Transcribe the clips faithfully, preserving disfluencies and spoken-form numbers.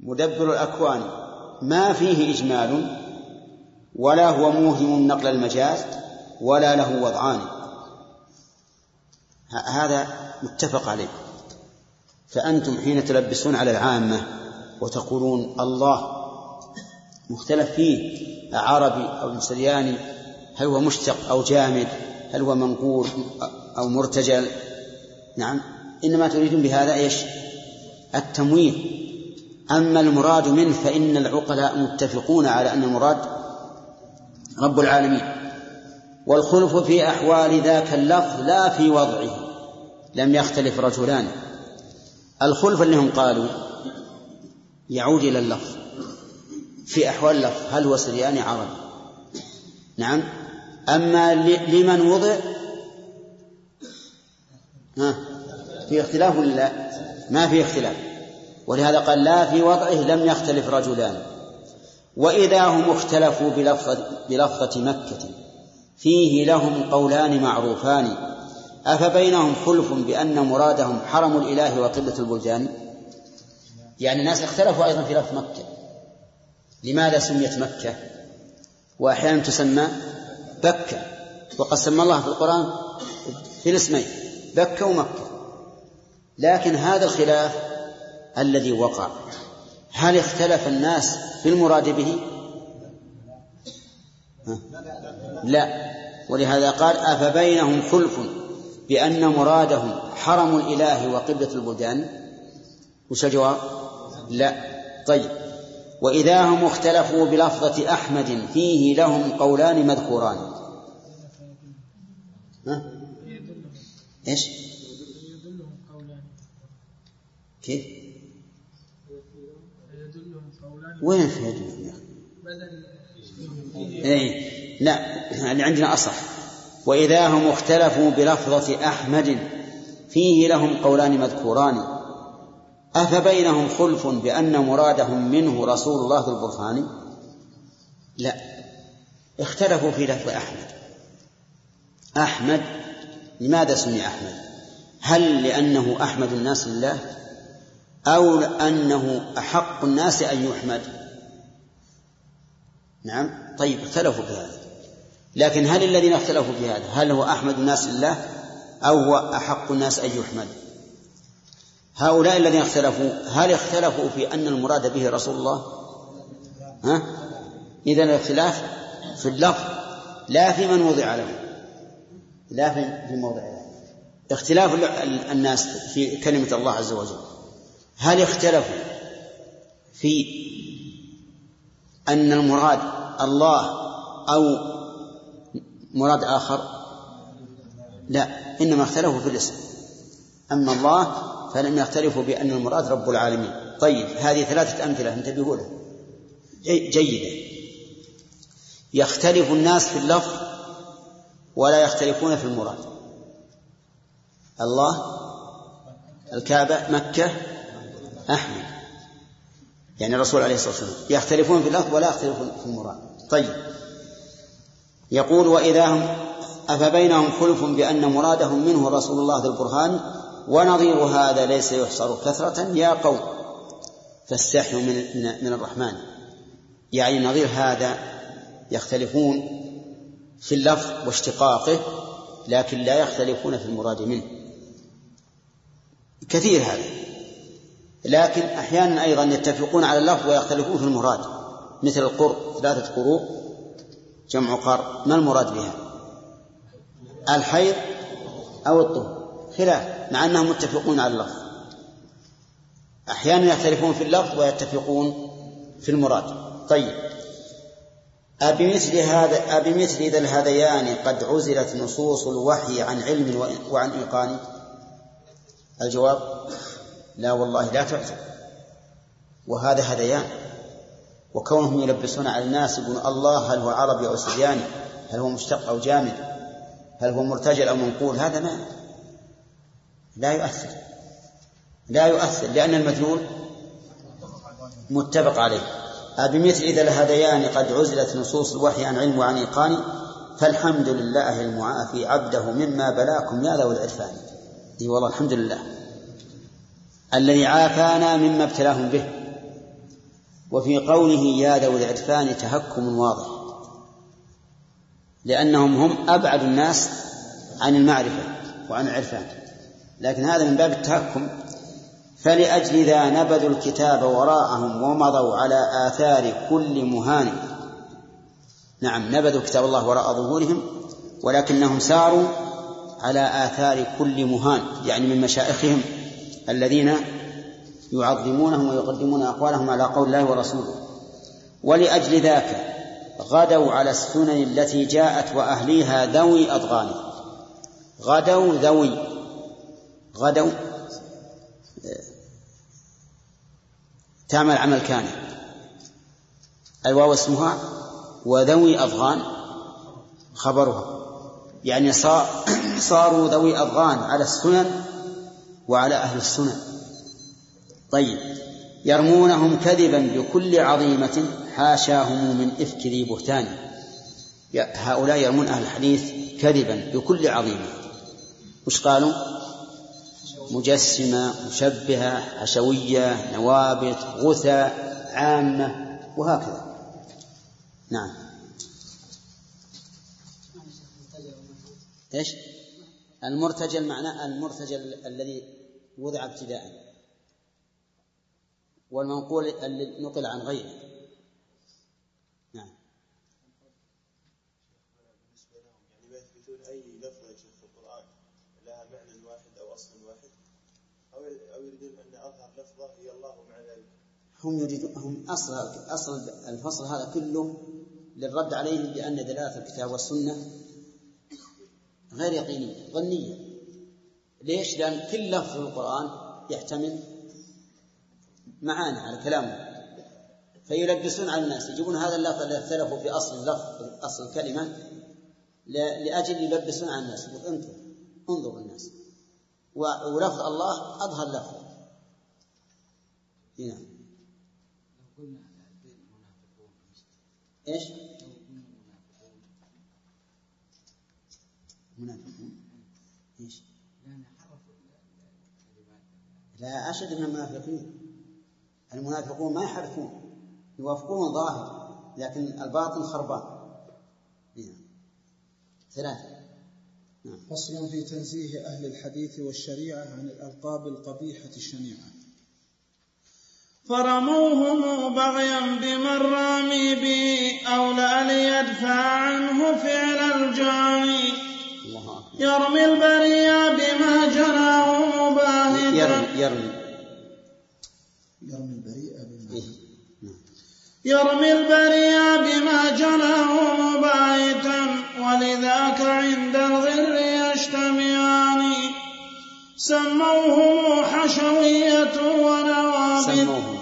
مدبر الأكوان ما فيه إجمال ولا هو موهم نقل المجاز ولا له وضعان، هذا متفق عليه. فأنتم حين تلبسون على العامة وتقولون الله مختلف فيه عربي أو سرياني، هل هو مشتق أو جامد، هل هو منقول أو مرتجل، نعم، إنما تريدون بهذا إيش؟ التمويه. أما المراد منه فإن العقلاء متفقون على أن المراد رب العالمين. والخلف في أحوال ذاك اللفظ لا في وضعه، لم يختلف رجلان. الخلف اللي هم قالوا يعود إلى اللفظ في أحوال اللفظ، هل هو سرياني عربي، نعم. أما لمن وضع ها في اختلاف ولا لا؟ ما في اختلاف، ولهذا قال لا في وضعه لم يختلف رجلان. وإذا هم اختلفوا بلفظة, بلفظة مكة فيه لهم قولان معروفان أفبينهم خلف بأن مرادهم حرم الإله وقبلة البلدان. يعني الناس اختلفوا أيضا في لفظ مكة، لماذا سميت مكة وأحيانا تسمى بكة، وقد سمى الله في القرآن في الاسمين بكة ومكة. لكن هذا الخلاف الذي وقع، هل اختلف الناس في المراد به؟ لا. ولهذا قال أفبينهم خلف بأن مرادهم حرم الإله وقبلة البلدان. وش الجواب؟ لا. طيب، وإذا هم اختلفوا بلفظة أحمد فيه لهم قولان مذكوران. ها؟ إيش؟ كيف؟ وين في يدلهم؟ إيه لا، اللي عندنا أصح. وإذا هم اختلفوا بلفظة أحمد فيه لهم قولان مذكوران أفبينهم خلف بأن مرادهم منه رسول الله ذو البرهان. لا، اختلفوا في لفظ أحمد. أحمد لماذا سمي أحمد؟ هل لأنه أحمد الناس لله أو أنه أحق الناس أن يحمد؟ نعم. طيب، اختلفوا في هذا، لكن هل الذين اختلفوا في هذا هل هو أحمد الناس لله أو هو أحق الناس أن يحمد؟ هؤلاء الذين اختلفوا هل اختلفوا في أن المراد به رسول الله؟ ها؟ إذن الاختلاف في اللفظ لا في من وضع له، لا في موضع له. اختلاف الناس في كلمة الله عز وجل، هل اختلفوا في أن المراد الله أو مراد آخر؟ لا، إنما اختلفوا في الاسم. أما الله فلم يختلفوا بأن المراد رب العالمين. طيب، هذه ثلاثة أمثلة انتبهوا لها جيدة. يختلف الناس في اللفظ ولا يختلفون في المراد. الله، الكعبة، مكة، أحمد، يعني الرسول عليه الصلاة والسلام، يختلفون في اللفظ ولا يختلفون في المراد. طيب، يقول وإذا هم أفبينهم خلف بأن مرادهم منه رسول الله ذو البرهان ونظير هذا ليس يحصر كثرة يا قوم فاستحيوا من, من الرحمن. يعني نظير هذا يختلفون في اللفظ واشتقاقه لكن لا يختلفون في المراد منه. كثير هذا، لكن أحيانا أيضا يتفقون على اللفظ ويختلفون في المراد، مثل القرء، ثلاثة قروء جمع قرء، ما المراد بها؟ الحيض أو الطهر، خلاف، مع أنهم متفقون على اللفظ. أحيانا يختلفون في اللفظ ويتفقون في المراد. طيب، أبمثل هذا أبمثل ذا الهذيان قد عزلت نصوص الوحي عن علم وعن إيقان؟ الجواب لا والله لا تعزل، وهذا هذيان. وكونهم يلبسون على الناس يقولون الله هل هو عربي أو سرياني، هل هو مشتق أو جامد، هل هو مرتجل أو منقول، هذا ما لا يؤثر لا يؤثر لأن المدلول متفق عليه. بمثل إذا الهذيان قد عزلت نصوص الوحي عن علم وعن إيقان فالحمد لله المعافي عبده مما بلاكم يا ذوي العرفان. دي والله الحمد لله الذي عافانا مما ابتلاهم به. وفي قوله يا ذوي العرفان تهكم واضح، لأنهم هم أبعد الناس عن المعرفة وعن العرفان، لكن هذا من باب التهكم. فلأجل ذا نبذوا الكتاب وراءهم ومضوا على آثار كل مهان. نعم، نبذوا كتاب الله وراء ظهورهم، ولكنهم ساروا على آثار كل مهان، يعني من مشايخهم الذين يعظمونهم ويقدمون أقوالهم على قول الله ورسوله. ولأجل ذاك غدوا على السنن التي جاءت وأهليها ذوي أضغان. غدوا ذوي، غدوا تعمل عمل كان، الواو اسمها، وذوي أضغان خبرها، يعني صاروا ذوي أضغان على السنن وعلى أهل السنن. طيب، يرمونهم كذبا بكل عظيمة حاشاهم من إفك ذي بهتان. هؤلاء يرمون أهل الحديث كذبا بكل عظيمة. وش قالوا؟ مجسمة، مشبهة، حشوية، نوابت، غثى، عامة، وهكذا. نعم. إيش المرتجل؟ معناه المرتجل الذي وضع ابتداء، والمنقول الذي نقل عن غيره. نعم. بالنسبة لهم يعني ما يثبتون أي لفظة في القرآن لها معنى واحد أو أصل واحد، أو أو يريدون أن أظهر لفظة هي الله مع ذلك. هم يريدون هم أصل أصل الفصل هذا كله للرد عليهم بأن دلالة الكتاب والسنة غير يقينية، ظنية. ليش؟ لأن كل لفظ في القرآن يحتمل معاني على كلامه، فيلبسون على الناس، يجيبون هذا اللفظ الذي اختلفوا في أصل اللفظ أصل الكلمة لأجل يلبسون على الناس. انظر انظر الناس، ولفظ الله أظهر لفظ. هنا إيش منافقون؟ إيش؟ لا أشد من المنافقين. المنافقون ما يحرفون، يوافقون ظاهر، لكن الباطن خربان. ثلاثة. فصل في تنزيه أهل الحديث والشريعة عن الألقاب القبيحة الشنيعة. فرموهم بغيا بمن رامي به أولى ليدفع عنه فعل الجاني. يرمي البريا بما جناه مباهتا. يرمي يرمي يرمي البريء بما يرمي البريا بما جناه مباهتا، ولذاك عند الغر يجتمعان. سموهم حشوية ونوابت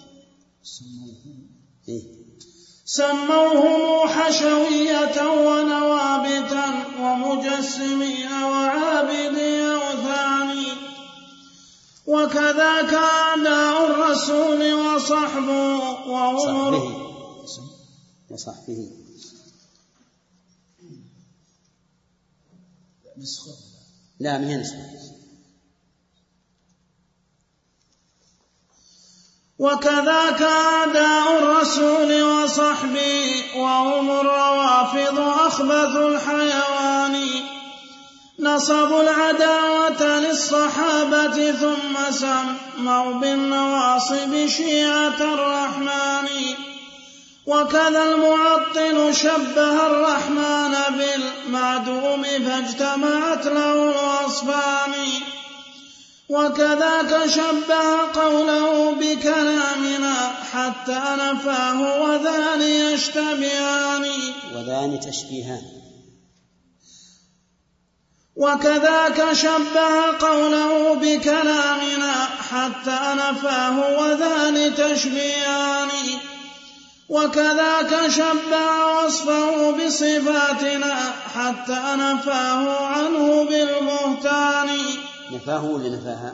سموهم حشوية ونوابتا ومجسمين وعابدي أوثان. وكذاك أعداء الرسول وصحبه وعمر وصحبه لا من نسخة. وكذاك أعداء الرسول وصحبه وهم الروافض أخبث الحيوان. نصبوا العداوة للصحابة ثم سموا بالنواصب شيعة الرحمن. وكذا المعطل شبه الرحمن بالمعدوم فاجتمعت له الوصفان. وكذاك شبه قوله بكلامنا حتى نفاه وذان يشتبهان. وذان تشبيهان. وكذاك شبه قوله بكلامنا حتى نفاه وذان تشبيهان. وكذاك شبه وصفه بصفاتنا حتى نفاه عنه بالبهتان. نفاه ولا نفاها؟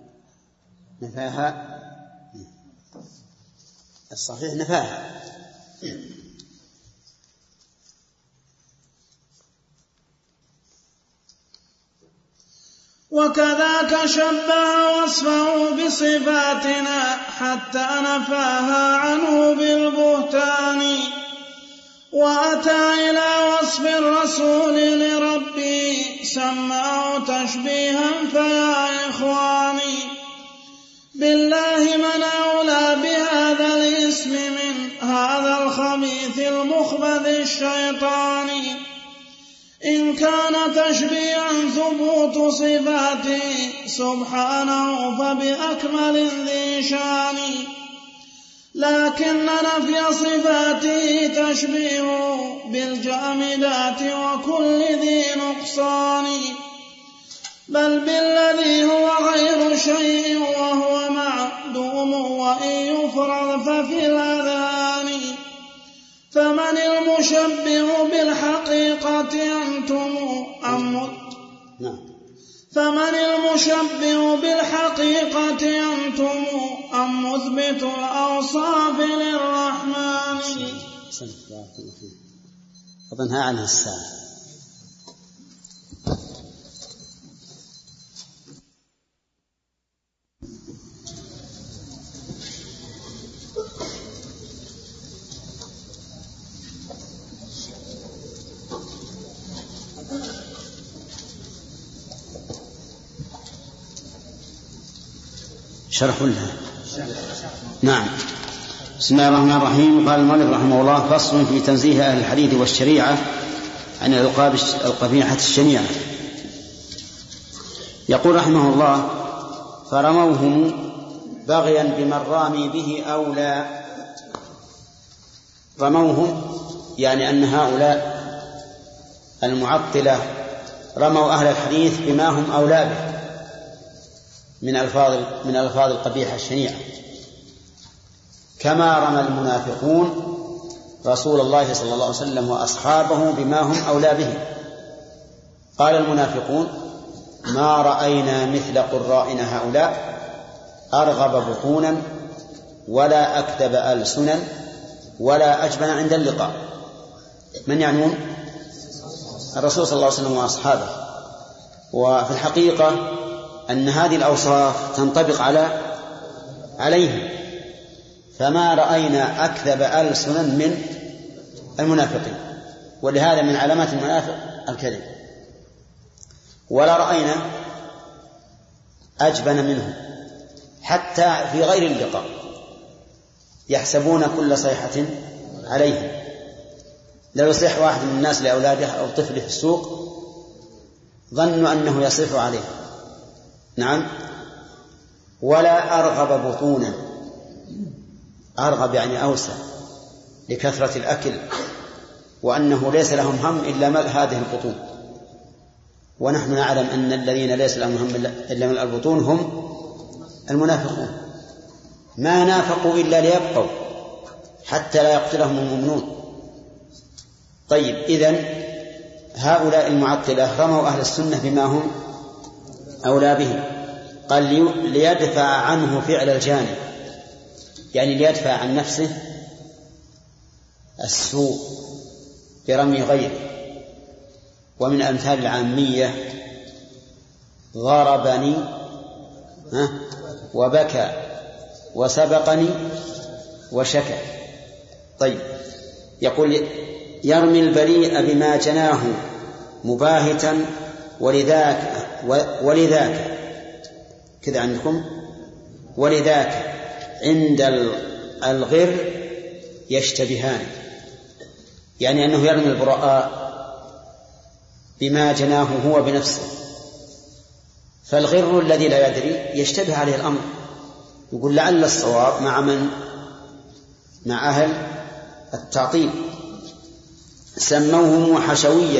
نفاها الصحيح، نفاها. وكذاك شبه وصفه بصفاتنا حتى نفاها عنه عنه بالبهتان. وأتى إلى وصف الرسول لربي سماه تشبيها فيا إخواني بالله من أولى بهذا الاسم من هذا الخبيث المخبث الشيطاني. إن كان تشبيها ثبوت صفاته سبحانه فبأكمل ذي شان، لكن نفي صفاته تشبيه بالجامدات وكل ذي نقصان، بل بالذي هو غير شيء وهو معدوم وإن يفرض ففي الأذهان. فمن المشبه بالحقيقة أنتم أم فمن المشبه بالحقيقة أنتم أم مثبت الأوصاف للرحمن. أظنها عنها الساعة. شرح لها. نعم. بسم الله الرحمن الرحيم. قال المؤلف رحمه الله: فصل في تنزيه أهل الحديث والشريعة عن الألقاب القبيحة الشنيعة. يقول رحمه الله: فرموهم بغيا بمن رامي به أولى. رموهم يعني أن هؤلاء المعطلة رموا أهل الحديث بما هم أولى به من ألفاظ من ألفاظ القبيحة الشنيعة، كما رمى المنافقون رسول الله صلى الله عليه وسلم وأصحابه بما هم أولى به. قال المنافقون: ما رأينا مثل قرائنا هؤلاء أرغب بطونا ولا أكذب ألسنا ولا أجبن عند اللقاء. من يعنون؟ الرسول صلى الله عليه وسلم وأصحابه. وفي الحقيقة أن هذه الأوصاف تنطبق على عليهم، فما رأينا أكذب ألسنا من المنافقين، ولهذا من علامات المنافق الكذب. ولا رأينا أجبن منهم حتى في غير اللقاء يحسبون كل صيحة عليهم. لو يصيح واحد من الناس لأولاده أو طفله في السوق ظنوا أنه يصيح عليه. نعم. ولا أرغب بطونا، أرغب يعني أوسع لكثرة الأكل، وأنه ليس لهم هم إلا ملء هذه البطون. ونحن نعلم أن الذين ليس لهم هم إلا ملء البطون هم المنافقون، ما نافقوا إلا ليبقوا حتى لا يقتلهم المؤمنون. طيب، إذن هؤلاء المعطلة رموا أهل السنة بما هم أولى به. قال: ليدفع عنه فعل الجانب، يعني ليدفع عن نفسه السوء برمي غيره. ومن أمثال العامية: ضربني وبكى وسبقني وشكى. طيب، يقول: يرمي البريء بما جناه مباهتا ولذاك ولذاك كذا عندكم ولذاك عند الغر يشتبهان، يعني أنه يرمي البراء بما جناه هو بنفسه، فالغر الذي لا يدري يشتبه عليه الأمر، يقول لعل الصواب مع من مع أهل التعطيل. سموهم حشوية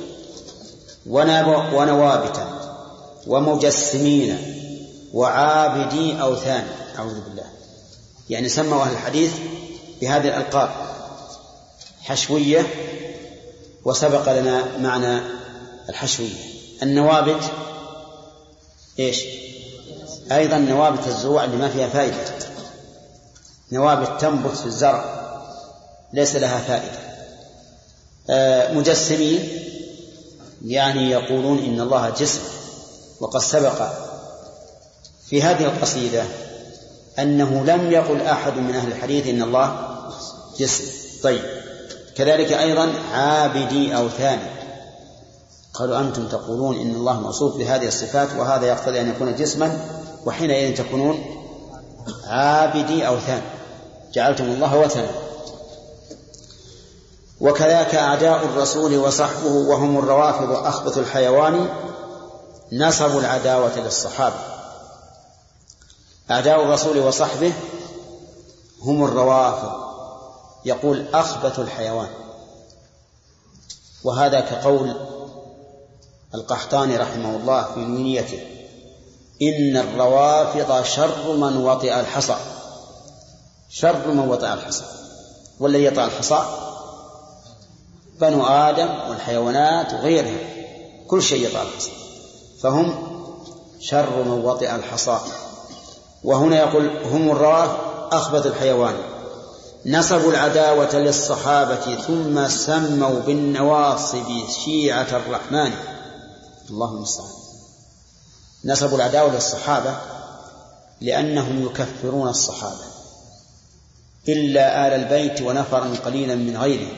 ونوابتا ومجسمين وعابدي أوثان، أعوذ بالله. يعني سموا أهل الحديث بهذه الألقاب: حشوية، وسبق لنا معنى الحشوية. النوابت إيش؟ أيضا نوابت الزروع اللي ما فيها فائدة، نوابت تنبت في الزرع ليس لها فائدة. آه مجسمين يعني يقولون إن الله جسم. وقد سبق في هذه القصيدة أنه لم يقل أحد من أهل الحديث إن الله جسم. طيب كذلك أيضا عابدي أوثان، قالوا أنتم تقولون إن الله موصوف بهذه الصفات وهذا يقتضي أن يكون جسما، وحينئذ تكونون عابدي أوثان، جعلتم الله وثنا. وكذاك أعداء الرسول وصحبه وهم الروافض أخبث الحيوان نصبوا العداوة للصحابة. أعداء الرسول وصحبه هم الروافض، يقول أخبث الحيوان، وهذا كقول القحطاني رحمه الله في نونيته: إن الروافض شر من وطئ الحصى. شر من وطئ الحصى، والذي يطأ الحصى بنو آدم والحيوانات وغيرها، كل شيء يطأ الحصى، فهم شر من وطئ الحصى. وهنا يقول هم الروافض أخبث الحيوان نصبوا العداوة للصحابة ثم سموا بالنواصب شيعة الرحمن. الله المستعان. نصبوا العداوة للصحابة لأنهم يكفرون الصحابة إلا آل البيت ونفرا قليلا من غيرهم،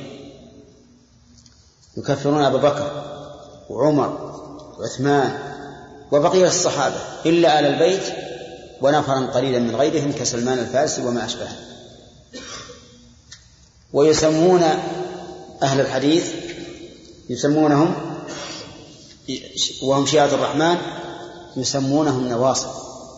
يكفرون أبا بكر وعمر وعثمان وبقية الصحابة إلا آل البيت ونفرا قليلا من غيرهم كسلمان الفارسي وما أشبهه. ويسمون أهل الحديث يسمونهم وهم شيعة الرحمن يسمونهم نواصب.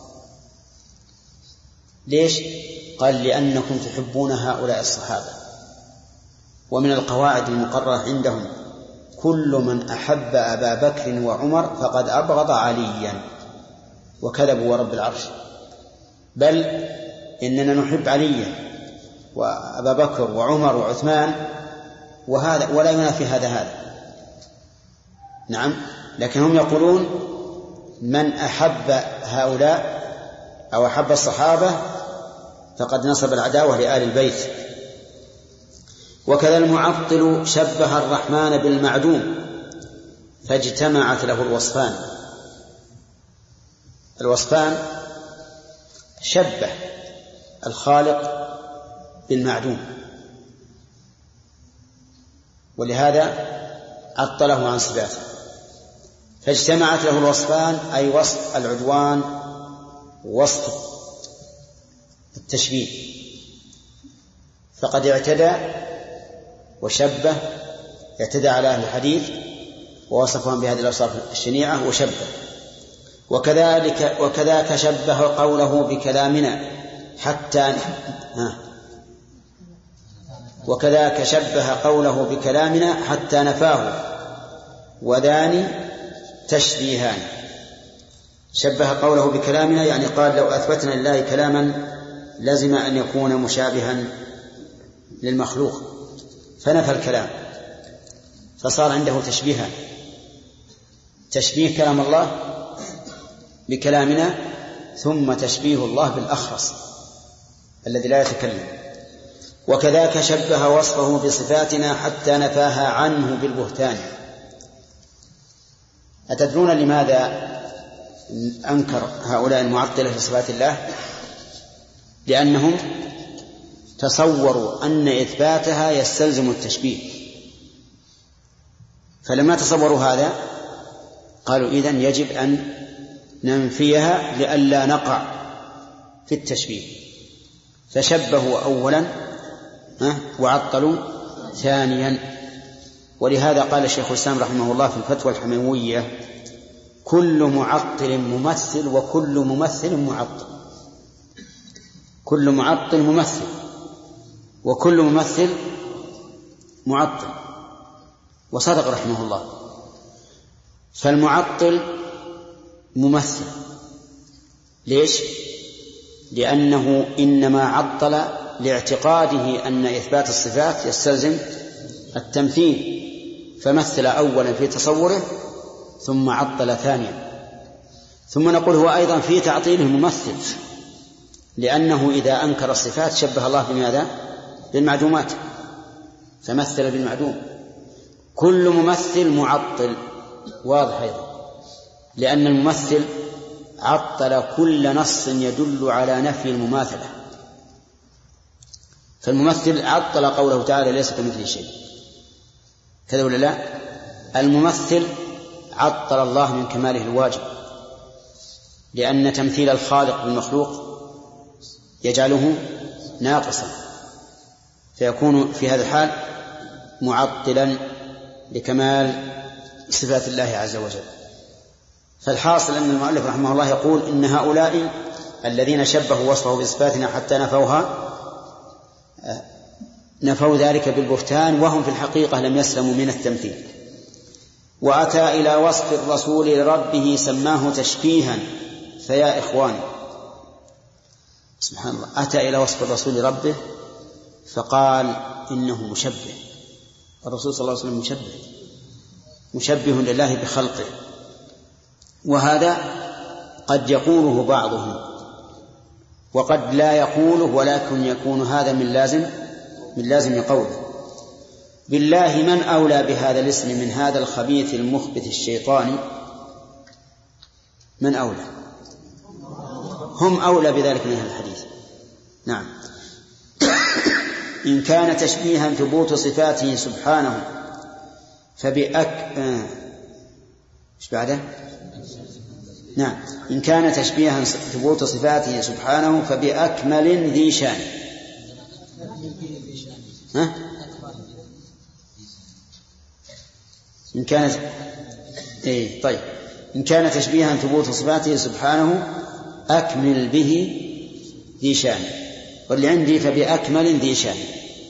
ليش؟ قال لأنكم تحبون هؤلاء الصحابة، ومن القواعد المقررة عندهم كل من أحب أبا بكر وعمر فقد أبغض عليا، وكذبوا ورب العرش، بل إننا نحب عليا وأبا بكر وعمر وعثمان، وهذا ولا ينافي هذا هذا. نعم، لكن هم يقولون من أحب هؤلاء أو أحب الصحابة فقد نصب العداوة لآل البيت. وكذا المعطل شبه الرحمن بالمعدوم فاجتمعت له الوصفان. الوصفان شبه الخالق بالمعدوم، ولهذا عطله عن صفاته. فاجتمعت له الوصفان أي وصف العدوان ووصف التشبيه، فقد اعتدى وشبه، اعتدى على أهل الحديث ووصفهم بهذه الأوصاف الشنيعة وشبه. وكذلك وكذاك شبه قوله بكلامنا حتى وكذاك شبه قوله بكلامنا حتى نفاه، وذان تشبيهان. شبه قوله بكلامنا يعني قال لو أثبتنا لله كلاما لازم أن يكون مشابها للمخلوق، فنفى الكلام فصار عنده تشبيها، تشبيه كلام الله بكلامنا ثم تشبيه الله بالأخرس الذي لا يتكلم. وكذاك شبه وصفه بصفاتنا حتى نفاها عنه بالبهتان. أتدرون لماذا أنكر هؤلاء المعطلة في صفات الله؟ لأنهم تصوروا أن إثباتها يستلزم التشبيه، فلما تصوروا هذا قالوا إذن يجب أن ننفيها لئلا نقع في التشبيه، فشبهوا أولا وعطلوا ثانيا. ولهذا قال الشيخ الإسلام رحمه الله في الفتوى الحموية: كل معطل ممثل وكل ممثل معطل. كل معطل ممثل وكل ممثل معطل. وصدق رحمه الله. فالمعطل ممثل. ليش؟ لأنه إنما عطل لاعتقاده أن إثبات الصفات يستلزم التمثيل، فمثل أولا في تصوره ثم عطل ثانيا. ثم نقول هو أيضا في تعطيله ممثل، لأنه إذا أنكر الصفات شبه الله بماذا؟ بالمعدومات، فمثل بالمعدوم. كل ممثل معطل، واضح أيضا، لأن الممثل عطل كل نص يدل على نفي المماثلة. فالممثل عطل قوله تعالى ليس كمثله شيء، كذا ولا لا؟ الممثل عطل الله من كماله الواجب، لأن تمثيل الخالق بالمخلوق يجعله ناقصا، فيكون في هذا الحال معطلا لكمال صفات الله عز وجل. فالحاصل أن المؤلف رحمه الله يقول إن هؤلاء الذين شبهوا وصفه بصفاتنا حتى نفوها نفوا ذلك بالبهتان، وهم في الحقيقة لم يسلموا من التمثيل. وأتى إلى وصف الرسول لربه سماه تشبيها، فيا إخوان سبحان الله، أتى إلى وصف الرسول لربه فقال إنه مشبه. الرسول صلى الله عليه وسلم مشبه مشبه لله بخلقه، وهذا قد يقوله بعضهم وقد لا يقوله، ولكن يكون هذا من لازم من لازم قوله. بالله من أولى بهذا الاسم من هذا الخبيث المخبث الشيطاني؟ من أولى؟ هم أولى بذلك من هذا الحديث. نعم. إن كان تشبيها ثبوت صفاته سبحانه فبأك آه. إيش بعده؟ نعم. إن كان تشبيها ثبوت صفاته سبحانه فبأكمل ذي شان. ها؟ إن كانت إيه طيب إن كان تشبيها ثبوت صفاته سبحانه أكمل به ذي شان، واللي عندي فبأكمل ذي شان.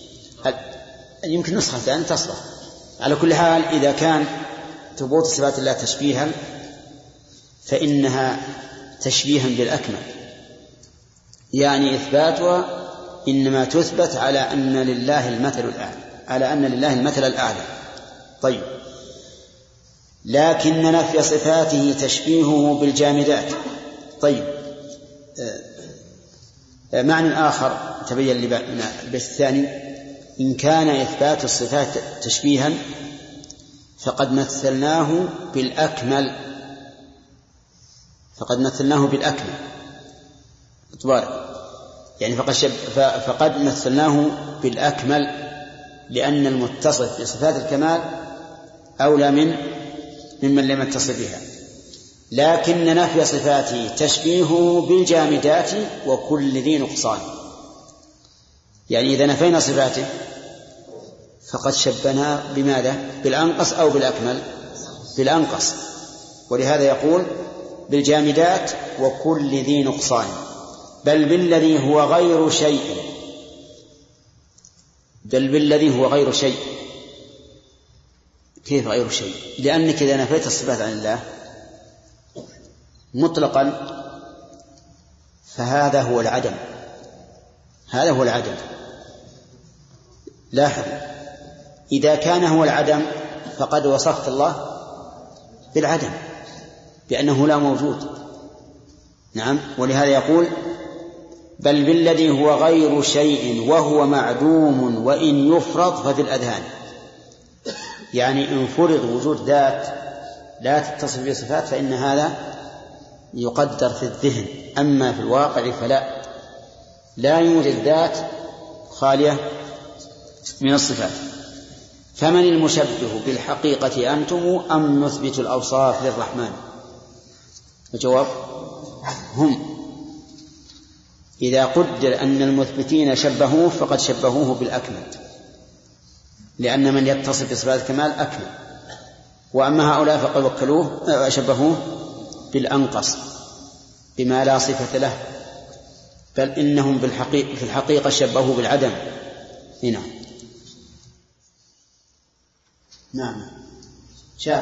يمكن نسخة ثانية تصلح. على كل حال إذا كان ثبوت صفات الله تشبيها فإنها تشبيها بالأكمل، يعني إثباتها إنما تثبت على أن لله المثل الأعلى على أن لله المثل الأعلى. طيب، لكن نفي صفاته تشبيهه بالجامدات. طيب، معنى آخر تبين لي البيت الثاني: إن كان إثبات الصفات تشبيها فقد مثلناه بالأكمل فقد مثلناه بالأكمل تبارك يعني فقد, شب فقد مثلناه بالأكمل، لأن المتصف بصفات الكمال أولى من ممن لم يتصف بها. لكن نفي صفاته تشبيهه بالجامدات وكل ذي نقصان، يعني إذا نفينا صفاته فقد شبنا بماذا؟ بالأنقص أو بالأكمل؟ بالأنقص. ولهذا يقول بالجامدات وكل ذي نقصان، بل بالذي هو غير شيء بل بالذي هو غير شيء. كيف غير شيء؟ لأنك إذا نفيت الصفات عن الله مطلقا فهذا هو العدم هذا هو العدم. لاحظ، إذا كان هو العدم فقد وصفت الله بالعدم بأنه لا موجود. نعم. ولهذا يقول بل بالذي هو غير شيء وهو معدوم وإن يفرض ففي الأذهان، يعني إن فرض وجود ذات لا تتصف بصفات فإن هذا يقدر في الذهن، أما في الواقع فلا لا يوجد ذات خالية من الصفات. فمن المشبه بالحقيقة أنتم أم نثبت الأوصاف للرحمن؟ الجواب هم. إذا قدر أن المثبتين شبهوه فقد شبهوه بالأكمل، لأن من يتصف بصفات الكمال أكمل، وأما هؤلاء فقد وكلوه شبهوه بالأنقص بما لا صفة له، بل إنهم بالحقيقة في الحقيقة شبهوه بالعدم. هنا نعم شاف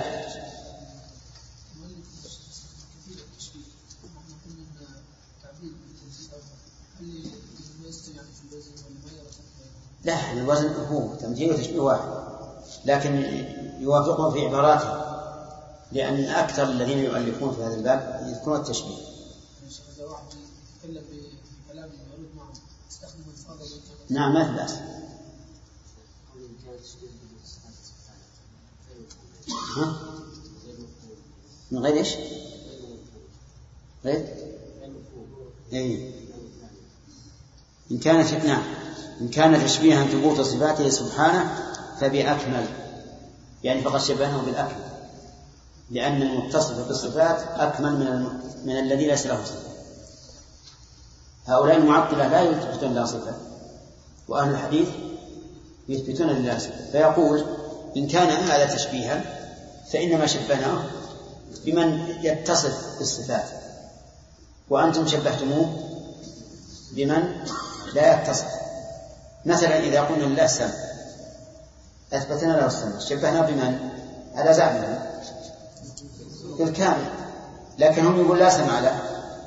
لا، الوزن هو تمثيل وتشبيه واحد، لكن يوافقهم في عباراته، لأن أكثر الذين يؤلفون في هذا الباب يذكرون التشبيه. نعم ما في بأس. ها؟ من غير إيش؟ طيب إيه؟ إن كانت نعم إن كان تشبيها ثبوت صفاته سبحانه فبأكمل، يعني فقد شبهناه بالأكمل، لأن المتصف بالصفات أكمل من من الذي ليس له صفة. هؤلاء المعطلة لا يثبتون لا صفة، وأهل الحديث يثبتون لله صفة. فيقول إن كان هذا تشبيها فإنما شبهناه بمن يتصف بالصفات، وأنتم شبهتموه بمن لا يتصف. مثلا إذا قلنا لله السمع أثبتنا له السمع، شبهناه بمن؟ على زعمهم بالكامل، لكن هم يقول لا سمع له،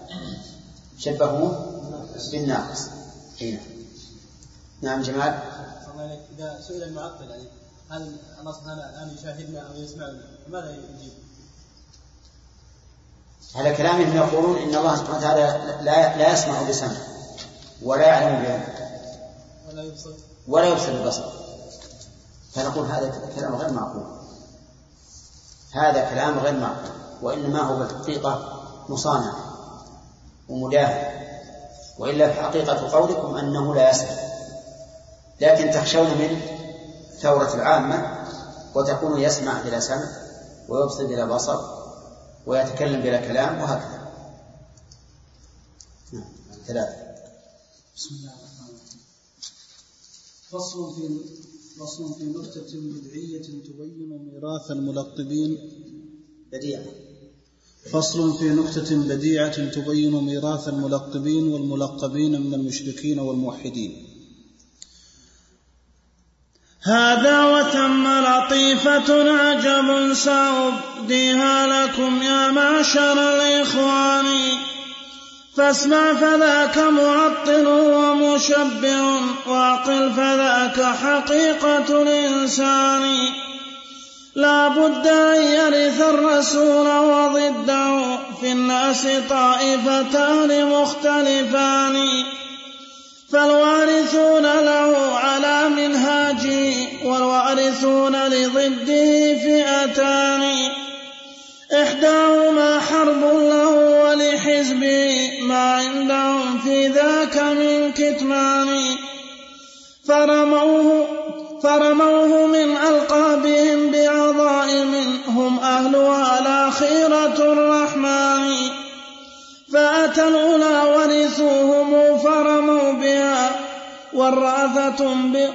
شبهوه بالناقص. هنا نعم جمال. إذا سئل المعطل يعني هل الله سبحانه الآن يشاهدنا أو يسمعنا ماذا يجيب؟ على كلامهم يقولون إن الله سبحانه وتعالى لا لا يسمع بسمع ولا يعلم بعلم ولا يبصر ولا يبصر ببصر. فنقول هذا كلام غير معقول، هذا كلام غير معقول، وإنما هو بالحقيقة مصانع ومداهن، وإلا في حقيقة قولكم أنه لا يسمع، لكن تخشون من ثورة العامة وتكون يسمع بلا سمع ويبصر بلا بصر ويتكلم بلا كلام وهكذا. ثلاثة. بسم الله الرحمن الرحيم. فصل في فصل في نكتة بدعية تبين ميراث الملقبين بديعة. فصل في نكتة بديعة تبين ميراث الملقبين والملقبين من المشركين والموحدين. هذا وثم لطيفة عجب سأبديها لكم يا معشر الإخوان، فاسمع فذاك معطل ومشبه، واعقل فذاك حقيقة الإنسان. لا بد أن يرث الرسول وضده في الناس طائفتان مختلفان، فالوارثون له على منهاجه والوارثون لضده فئتان، إحداهما حرب له ولحزبه ما عندهم في ذاك من كتمان، فرموه, فرموه من ألقابهم بعظائم هم أهلها لا خيرة الرحمن، فأتى الأولى ورثوهم فرموا بها والرأثة ب...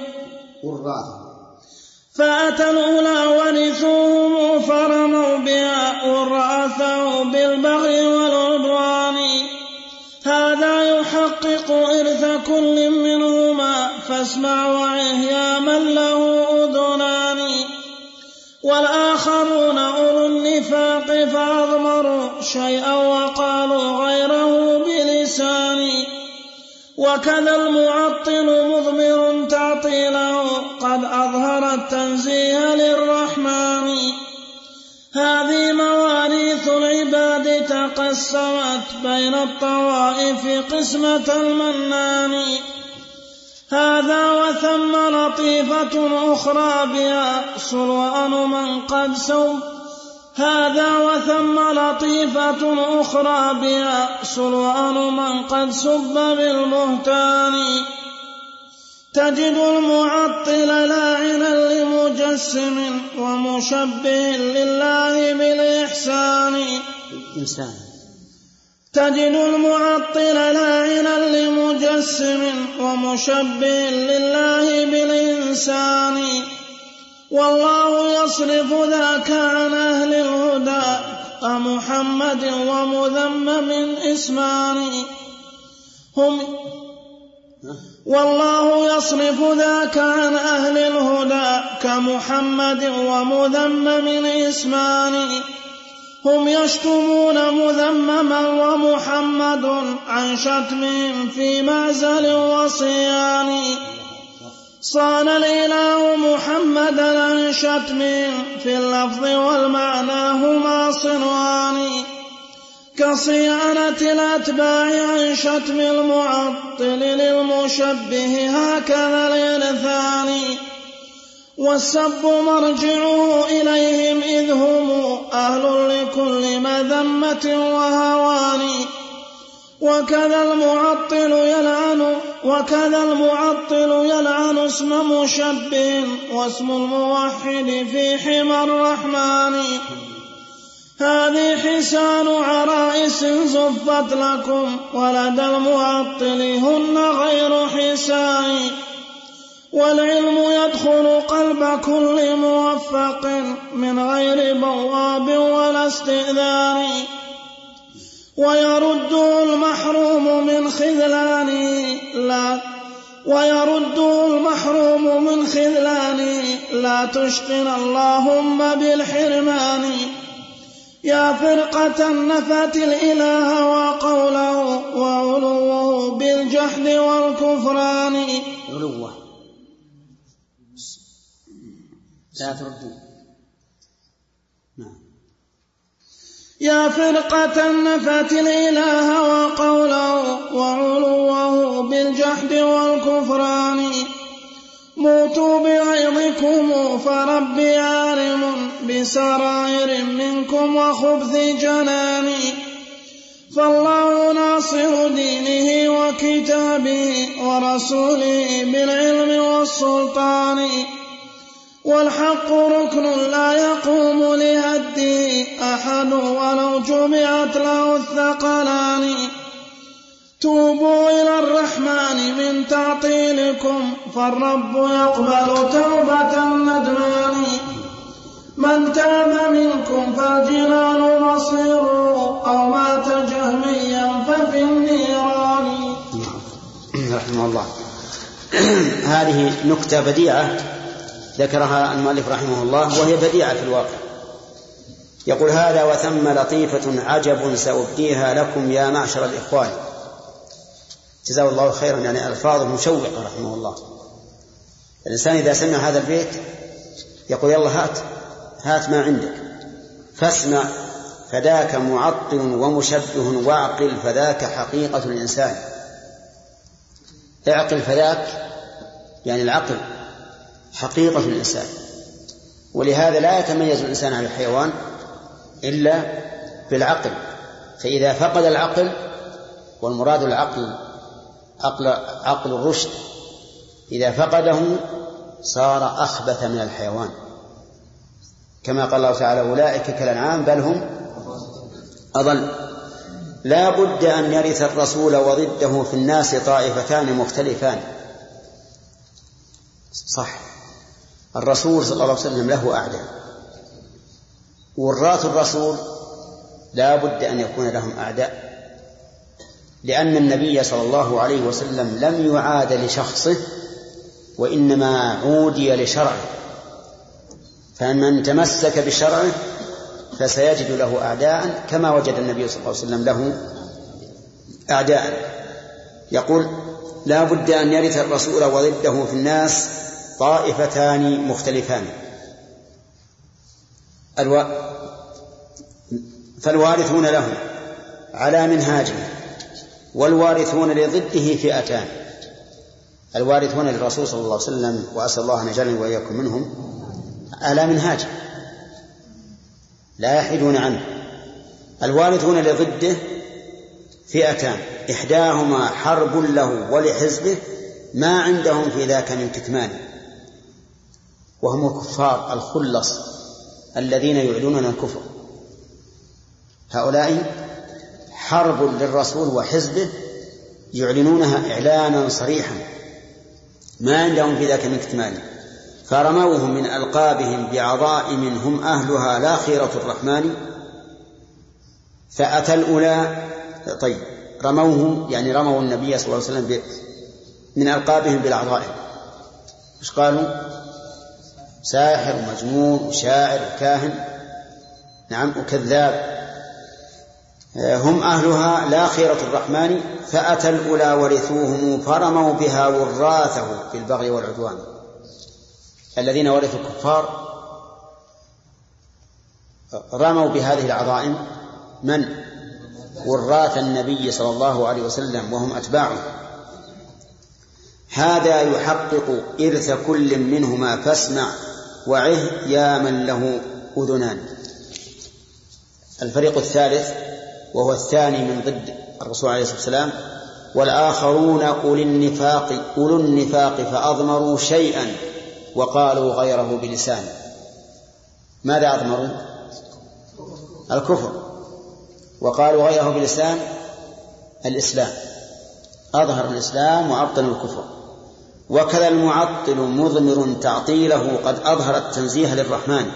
فأتى الأولى ورثوهم فرموا بها والرأثة بالبغي والعدوان، هذا يحقق إرث كل منهما فاسمع وعه يا من له أذنان، والآخرون أولو النفاق فأضمروا شيئا وقالوا غيره بلسان، وكذا المعطل مضمر تعطيله قد أظهر التنزيه للرحمن. هذه مواريث العباد تقسمت بين الطوائف قسمة المنان، هذا وثم لطيفة أخرى بها سلوان من قد سوى هذا وثم لطيفة أخرى بها سلوان من قد سب بالبهتان، تجد المعطل لاعنا لمجسم ومشبه لله بالإحسان، تجد المعطل لاعنا لمجسم ومشبه لله بالإنسان، والله يصرف ذاك عن أهل الهدى كمحمد ومذمم اسمان هم والله يصرف ذاك عن أهل الهدى كمحمد ومذمم اسمان، هم يشتمون مذمما ومحمد عن شتمهم في معزل وصيان، صان الإله محمدا عن شتمهم في اللفظ والمعنى هما صنوان، كصيانة الأتباع عن شتم المعطل للمشبه هكذا الإرثان، والسب مرجعه إليهم إذ هم أهل لكل مذمة وهوان. وكذا المعطل يلعن وكذا المعطل يلعن اسم مشبه واسم الموحد في حمى الرحمن. هذه حسان عرائس زفت لكم ولدى المعطل هن غير حسان. والعلم يدخل قلب كل موفق من غير بواب ولا استئذان. ويرده المحروم من خذلان لا ويرده المحروم من خذلان لا تشقنا اللهم بالحرمان. يا فرقة نفت الإله وقوله وعلوه بالجحد والكفران. علوه لا تردوا. نعم. يا فرقة نفت الإله وقوله وعلوه بالجحد والكفران. موتوا بغيظكم فربي عالم بسرائر منكم وخبث جنان. فالله ناصر دينه وكتابه ورسوله بالعلم والسلطان. والحق ركن لا يقوم لهده أحد ولو جمعت له الثقلان. توبوا إلى الرحمن من تعطيلكم فالرب يقبل توبة الندمان. من تاب منكم فالجنان مصيره أو مات جهميا ففي النيران. رحمه الله. هذه نكتة بديعة ذكرها المؤلف رحمه الله وهي بديعة في الواقع. يقول: هذا وثم لطيفة عجب سأبديها لكم يا معشر الإخوان. جزاه الله خيرا، يعني ألفاظه مشوقة رحمه الله. الإنسان إذا سمع هذا البيت يقول: يلا هات هات ما عندك فاسمع، فذاك معطل ومشبه، واعقل فذاك حقيقة الإنسان. اعقل فذاك يعني العقل حقيقة الإنسان. ولهذا لا يتميز الإنسان عن الحيوان إلا بالعقل. فإذا فقد العقل، والمراد العقل عقل, عقل الرشد، إذا فقده صار أخبث من الحيوان، كما قال الله تعالى: أولئك كالأنعام بل هم أضل. لا بد أن يرث الرسول وضده في الناس طائفتان مختلفان. صح، الرسول صلى الله عليه وسلم له أعداء، وراث الرسول لا بد أن يكون لهم أعداء، لأن النبي صلى الله عليه وسلم لم يعاد لشخصه وإنما عودي لشرعه. فمن تمسك بشرعه فسيجد له أعداء كما وجد النبي صلى الله عليه وسلم له أعداء. يقول: لا بد أن يرث الرسول وضده في الناس طائفتان مختلفان. الو... فالوارثون له على منهاجه، والوارثون لضده فئتان. الوارثون للرسول صلى الله عليه وسلم، وأسأل الله أن يجعلني وإياكم منهم، على منهاجه لا يحيدون عنه. الوارثون لضده فئتان، إحداهما حرب له ولحزبه ما عندهم في ذاك من كتمان، وهم الكفار الخلص الذين يعلنون الكفر. هؤلاء حرب للرسول وحزبه يعلنونها إعلانا صريحا، ما عندهم في ذاك من كتمان. فرموهم من ألقابهم بعظائم هم أهلها لا خيرة الرحمن. فأتى الأولى طيب رموه يعني رموا النبي صلى الله عليه وسلم من ألقابهم بالعظائم. إيش قالوا؟ ساحر ومجنون وشاعر وكاهن، نعم، وكذاب. هم أهلها لا خيرة الرحمن. فأتى الأولى ورثوهم فرموا بها وراثه في البغي والعدوان. الذين ورثوا الكفار رموا بهذه العظائم من؟ وراث النبي صلى الله عليه وسلم وهم أتباعه، هذا يحقق إرث كل منهما فاسمع وعه يا من له أذنان. الفريق الثالث وهو الثاني من ضد الرسول عليه الصلاة والسلام: والآخرون أولي النفاق أولو النفاق فأضمروا شيئا وقالوا غيره بلسان. ماذا أضمروا؟ الكفر. وقالوا غيره بلسان الإسلام، أظهر الإسلام وأبطن الكفر. وكذا المعطل مضمر تعطيله قد أظهر التنزيه للرحمن.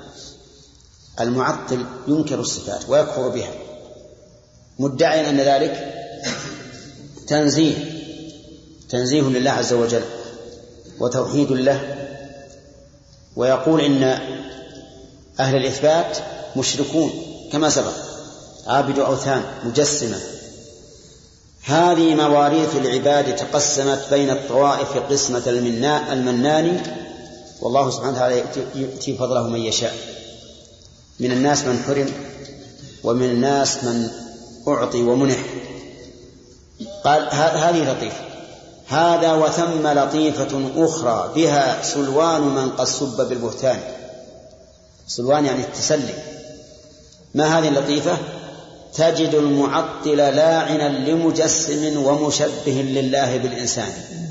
المعطل ينكر الصفات ويكفر بها مدعيا أن ذلك تنزيه تنزيه لله عز وجل وتوحيد له، ويقول إن أهل الإثبات مشركون كما سبق، عابد أوثان، مجسمة. هذه مواريث العباد تقسمت بين الطوائف قسمة المنان، والله سبحانه وتعالى يؤتي فضله من يشاء. من الناس من حرم ومن الناس من أعطي ومنح. قال هذه لطيفة. هذا وثم لطيفة أخرى بها سلوان من قد سب بالبهتان. سلوان يعني التسلي. ما هذه اللطيفة؟ تجد المعطل لاعنا لمجسم ومشبه لله بالإنسان.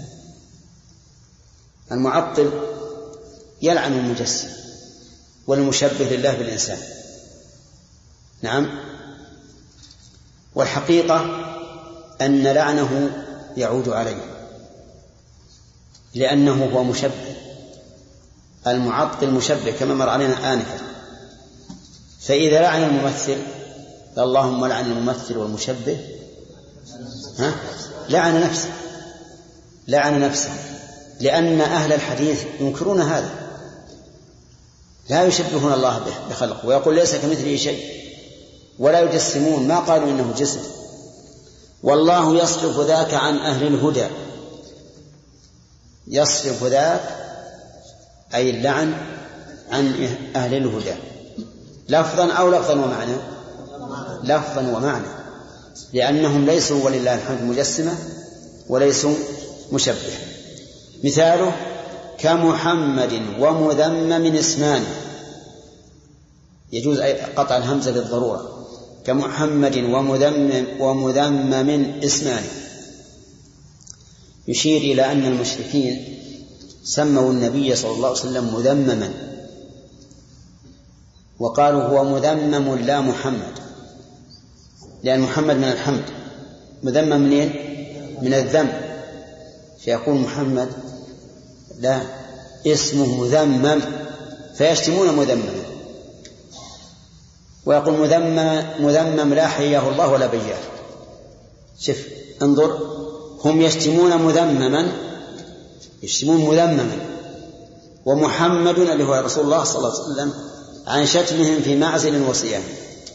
المعطل يلعن المجسم والمشبه لله بالإنسان. نعم. والحقيقة أن لعنه يعود عليه لأنه هو مشبه. المعطل مشبه كما مر علينا آنفا. فإذا لعن الممثل اللهم لعن الممثل والمشبه، ها؟ لعن نفسه لعن نفسه لأن أهل الحديث ينكرون هذا، لا يشبهون الله به بخلقه، ويقول ليس كمثله شيء، ولا يجسمون، ما قالوا إنه جسم. والله يصرف ذاك عن أهل الهدى. يصرف ذاك أي اللعن عن أهل الهدى لفظا أو لفظا ومعنى، لفظا ومعنى، لأنهم ليسوا ولله الحمد مجسمة وليسوا مشبه. مثاله كمحمد ومذمم اسمان، يجوز قطع الهمزة للضرورة. كمحمد ومذمم ومذمم اسمان، يشير إلى أن المشركين سموا النبي صلى الله عليه وسلم مذمما، وقالوا هو مذمم لا محمد، لأن محمد من الحمد، مذمم منين؟ من الذم، فيكون محمد لا اسمه مذمم، فيشتمون مذمما. ويقول مذمم, مذمم لا حياه الله ولا بياه. شوف انظر، هم يشتمون مذمما، يشتمون مذمما، ومحمد اللي هو رسول الله صلى الله عليه وسلم عن شتمهم في معزل وصيام.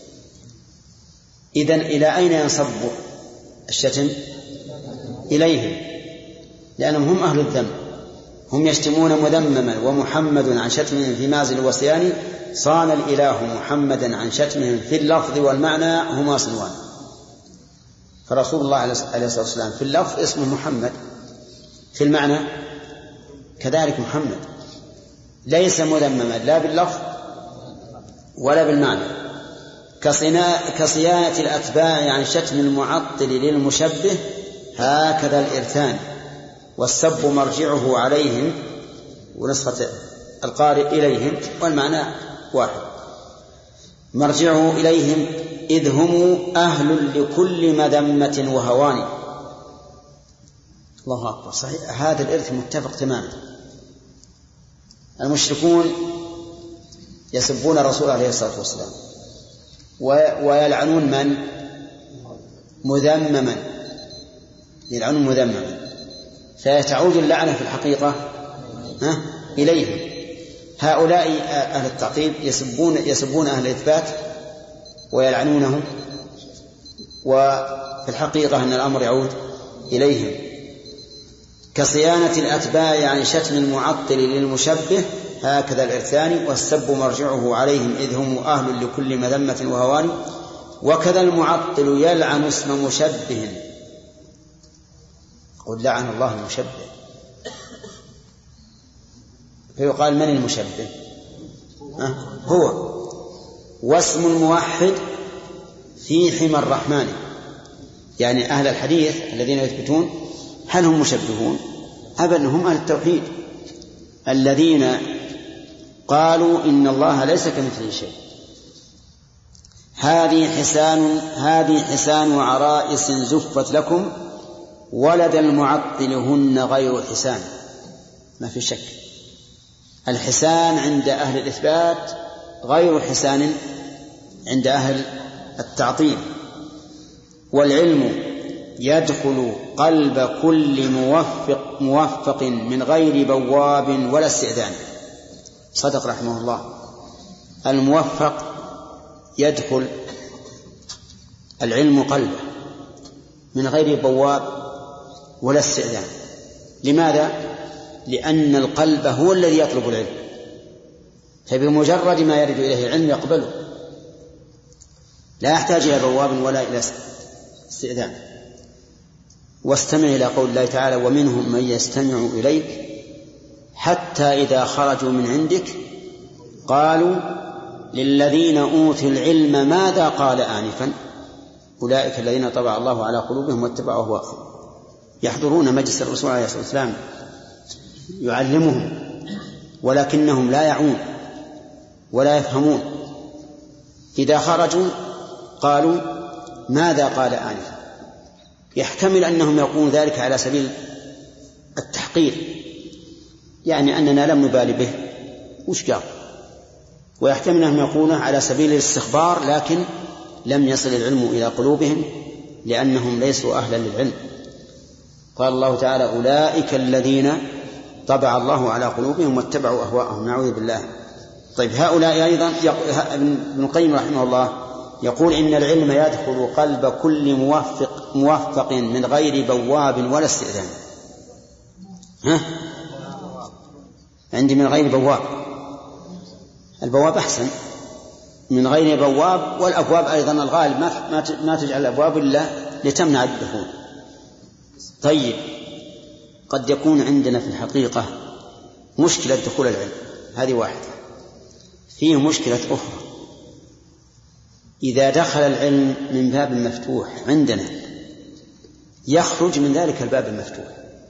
إذن إلى أين ينصب الشتم؟ إليهم، لأنهم هم أهل الذنب. هم يشتمون مذمما ومحمد عن شتمهم في معزل وصيان، صان الإله محمدا عن شتمهم في اللفظ والمعنى هما صنوان. فرسول الله عليه الصلاة والسلام في اللفظ اسمه محمد، في المعنى كذلك محمد، ليس مذمما لا باللفظ ولا بالمعنى. كصيانة الأتباع عن شتم المعطل للمشبه هكذا الإرثان، والسب مرجعه عليهم، ونسخة القارئ إليهم، والمعنى واحد، مرجعه إليهم إذ هم أهل لكل مذمة وهوان. الله أكبر، صحيح هذا الإرث متفق تماما. المشركون يسبون الرسول عليه الصلاة والسلام ويلعنون من؟ مذمما، يلعنون مذمما، فيتعود اللعنة في الحقيقة ها إليهم. هؤلاء أهل التعطيل يسبون يسبون أهل الإثبات ويلعنونهم، وفي الحقيقة أن الأمر يعود إليهم. كصيانة الأتباع عن شتم المعطل للمشبه هكذا الإرثان، والسب مرجعه عليهم إذ هم أهل لكل مذمة وهوان. وكذا المعطل يلعن اسم مشبه، قل لعن الله المشبه، فيقال من المشبه؟ أه؟ هو. واسم الموحد في حمى الرحمن، يعني أهل الحديث الذين يثبتون هل هم مشبهون؟ أبدا، هم أهل التوحيد الذين قالوا إن الله ليس كمثله شيء. هذه حسان هذه حسان وعرائس زفت لكم ولد المعطل هن غير حسان. ما في شك، الحسان عند أهل الإثبات غير حسان عند أهل التعطيل. والعلم يدخل قلب كل موفق, موفق من غير بواب ولا استئذان. صدق رحمه الله. الموفق يدخل العلم قلبه من غير بواب ولا استئذان. لماذا؟ لأن القلب هو الذي يطلب العلم، فبمجرد ما يرد إليه العلم يقبله، لا يحتاج إلى بواب ولا إلى استئذان. واستمع إلى قول الله تعالى: ومنهم من يستمع إليك حتى إذا خرجوا من عندك قالوا للذين أوتوا العلم ماذا قال آنفا أولئك الذين طبع الله على قلوبهم واتبعوا أهواءهم. يحضرون مجلس الرسول عليه الصلاة والسلام يعلمهم ولكنهم لا يعون ولا يفهمون. إذا خرجوا قالوا ماذا قال آنفا. يحتمل أنهم يقولون ذلك على سبيل التحقير، يعني أننا لم نبالي به وش قال، ويحتمل أنهم يقولون على سبيل الاستخبار لكن لم يصل العلم إلى قلوبهم لأنهم ليسوا أهلا للعلم. قال الله تعالى: أولئك الذين طبع الله على قلوبهم واتبعوا أهواءهم. نعوذ بالله. طيب، هؤلاء أيضا ابن القيم رحمه الله يقول إن العلم يدخل قلب كل موفق, موفق من غير بواب ولا استئذان. ها؟ عندي من غير بواب. البواب أحسن من غير بواب، والأبواب أيضا الغالب ما تجعل الأبواب إلا لتمنع الدخول. طيب، قد يكون عندنا في الحقيقة مشكلة دخول العلم، هذه واحدة. فيه مشكلة أخرى: إذا دخل العلم من باب مفتوح عندنا يخرج من ذلك الباب المفتوح،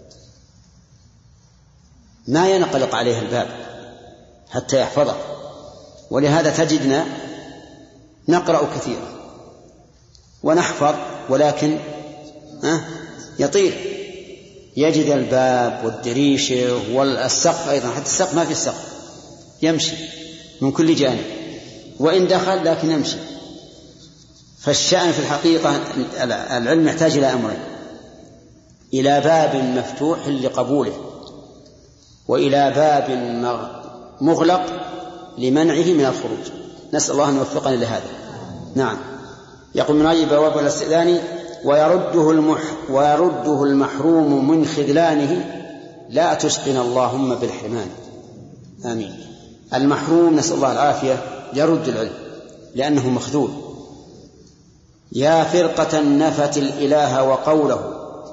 ما ينقلق عليه الباب حتى يحفظه. ولهذا تجدنا نقرأ كثيرا ونحفظ ولكن أه يطير، يجد الباب والدريشة والسقف أيضا، حتى السقف ما في السقف، يمشي من كل جانب، وإن دخل لكن يمشي. فالشأن في الحقيقة العلم يحتاج إلى أمرين: إلى باب مفتوح لقبوله، وإلى باب مغلق لمنعه من الخروج. نسأل الله أن يوفقنا لهذا. نعم. يقول من أي بواب ولا استئذان ويرده, المح ويرده المحروم من خذلانه لا تسقنا اللهم بالحرمان. آمين. المحروم نسأل الله العافية يرد العلم لأنه مخذول. يا فرقة نفت الإله وقوله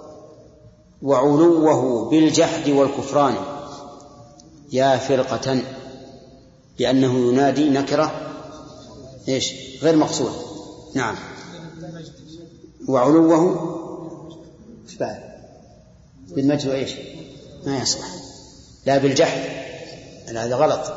وعلوه بالجحد والكفران. يا فرقة، لأنه ينادي نكرة إيش غير مقصود. نعم. وعلوه بالمجد وإيش ما يصلح، لا بالجحد، هذا غلط.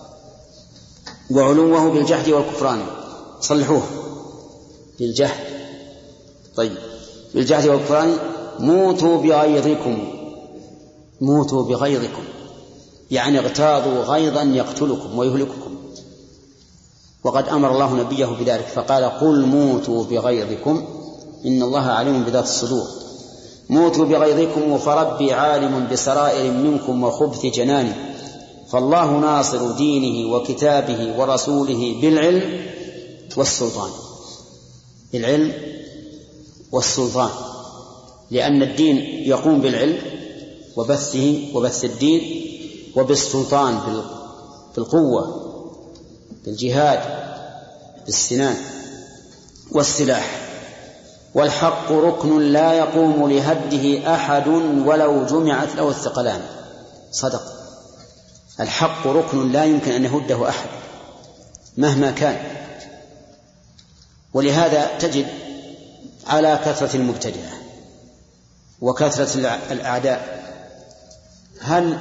وعلوه بالجحد والكفران، صلحوه بالجحد. طيب، بالجحد والكفران. موتوا بغيظكم، موتوا بغيظكم يعني اغتاظوا غيظا يقتلكم ويهلككم. وقد أمر الله نبيه بذلك فقال: قل موتوا بغيظكم إن الله عليم بذات الصدور. موتوا بغيظكم فربي عالم بسرائر منكم وخبث جنان. فالله ناصر دينه وكتابه ورسوله بالعلم والسلطان. بالعلم والسلطان، لأن الدين يقوم بالعلم وبثه وبث الدين، وبالسلطان بالقوة، بالجهاد، بالسنان والسلاح. والحق ركن لا يقوم لهده أحد ولو جمعت له الثقلان. صدق. الحق ركن لا يمكن أن يهده أحد مهما كان. ولهذا تجد على كثرة المبتدعة وكثرة الأعداء هل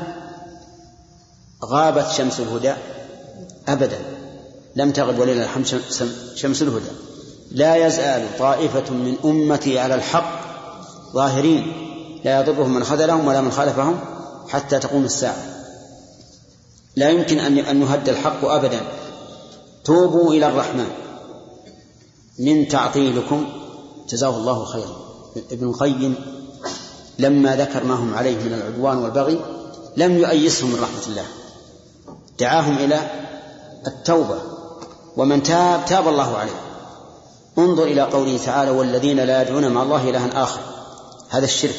غابت شمس الهدى؟ أبدا، لم تغب ولله الحمد شمس الهدى. لا يزال طائفة من أمتي على الحق ظاهرين لا يضرهم من خذلهم ولا من خالفهم حتى تقوم الساعة. لا يمكن أن يهد الحق أبدا. توبوا إلى الرحمن من تعطيلكم، جزاه الله خيرا. ابن القيم لما ذكر ما هم عليه من العدوان والبغي لم يؤيسهم من رحمة الله، دعاهم إلى التوبة، ومن تاب تاب الله عليه. انظر إلى قوله تعالى: والذين لا يدعون مع الله إلها آخر، هذا الشرك،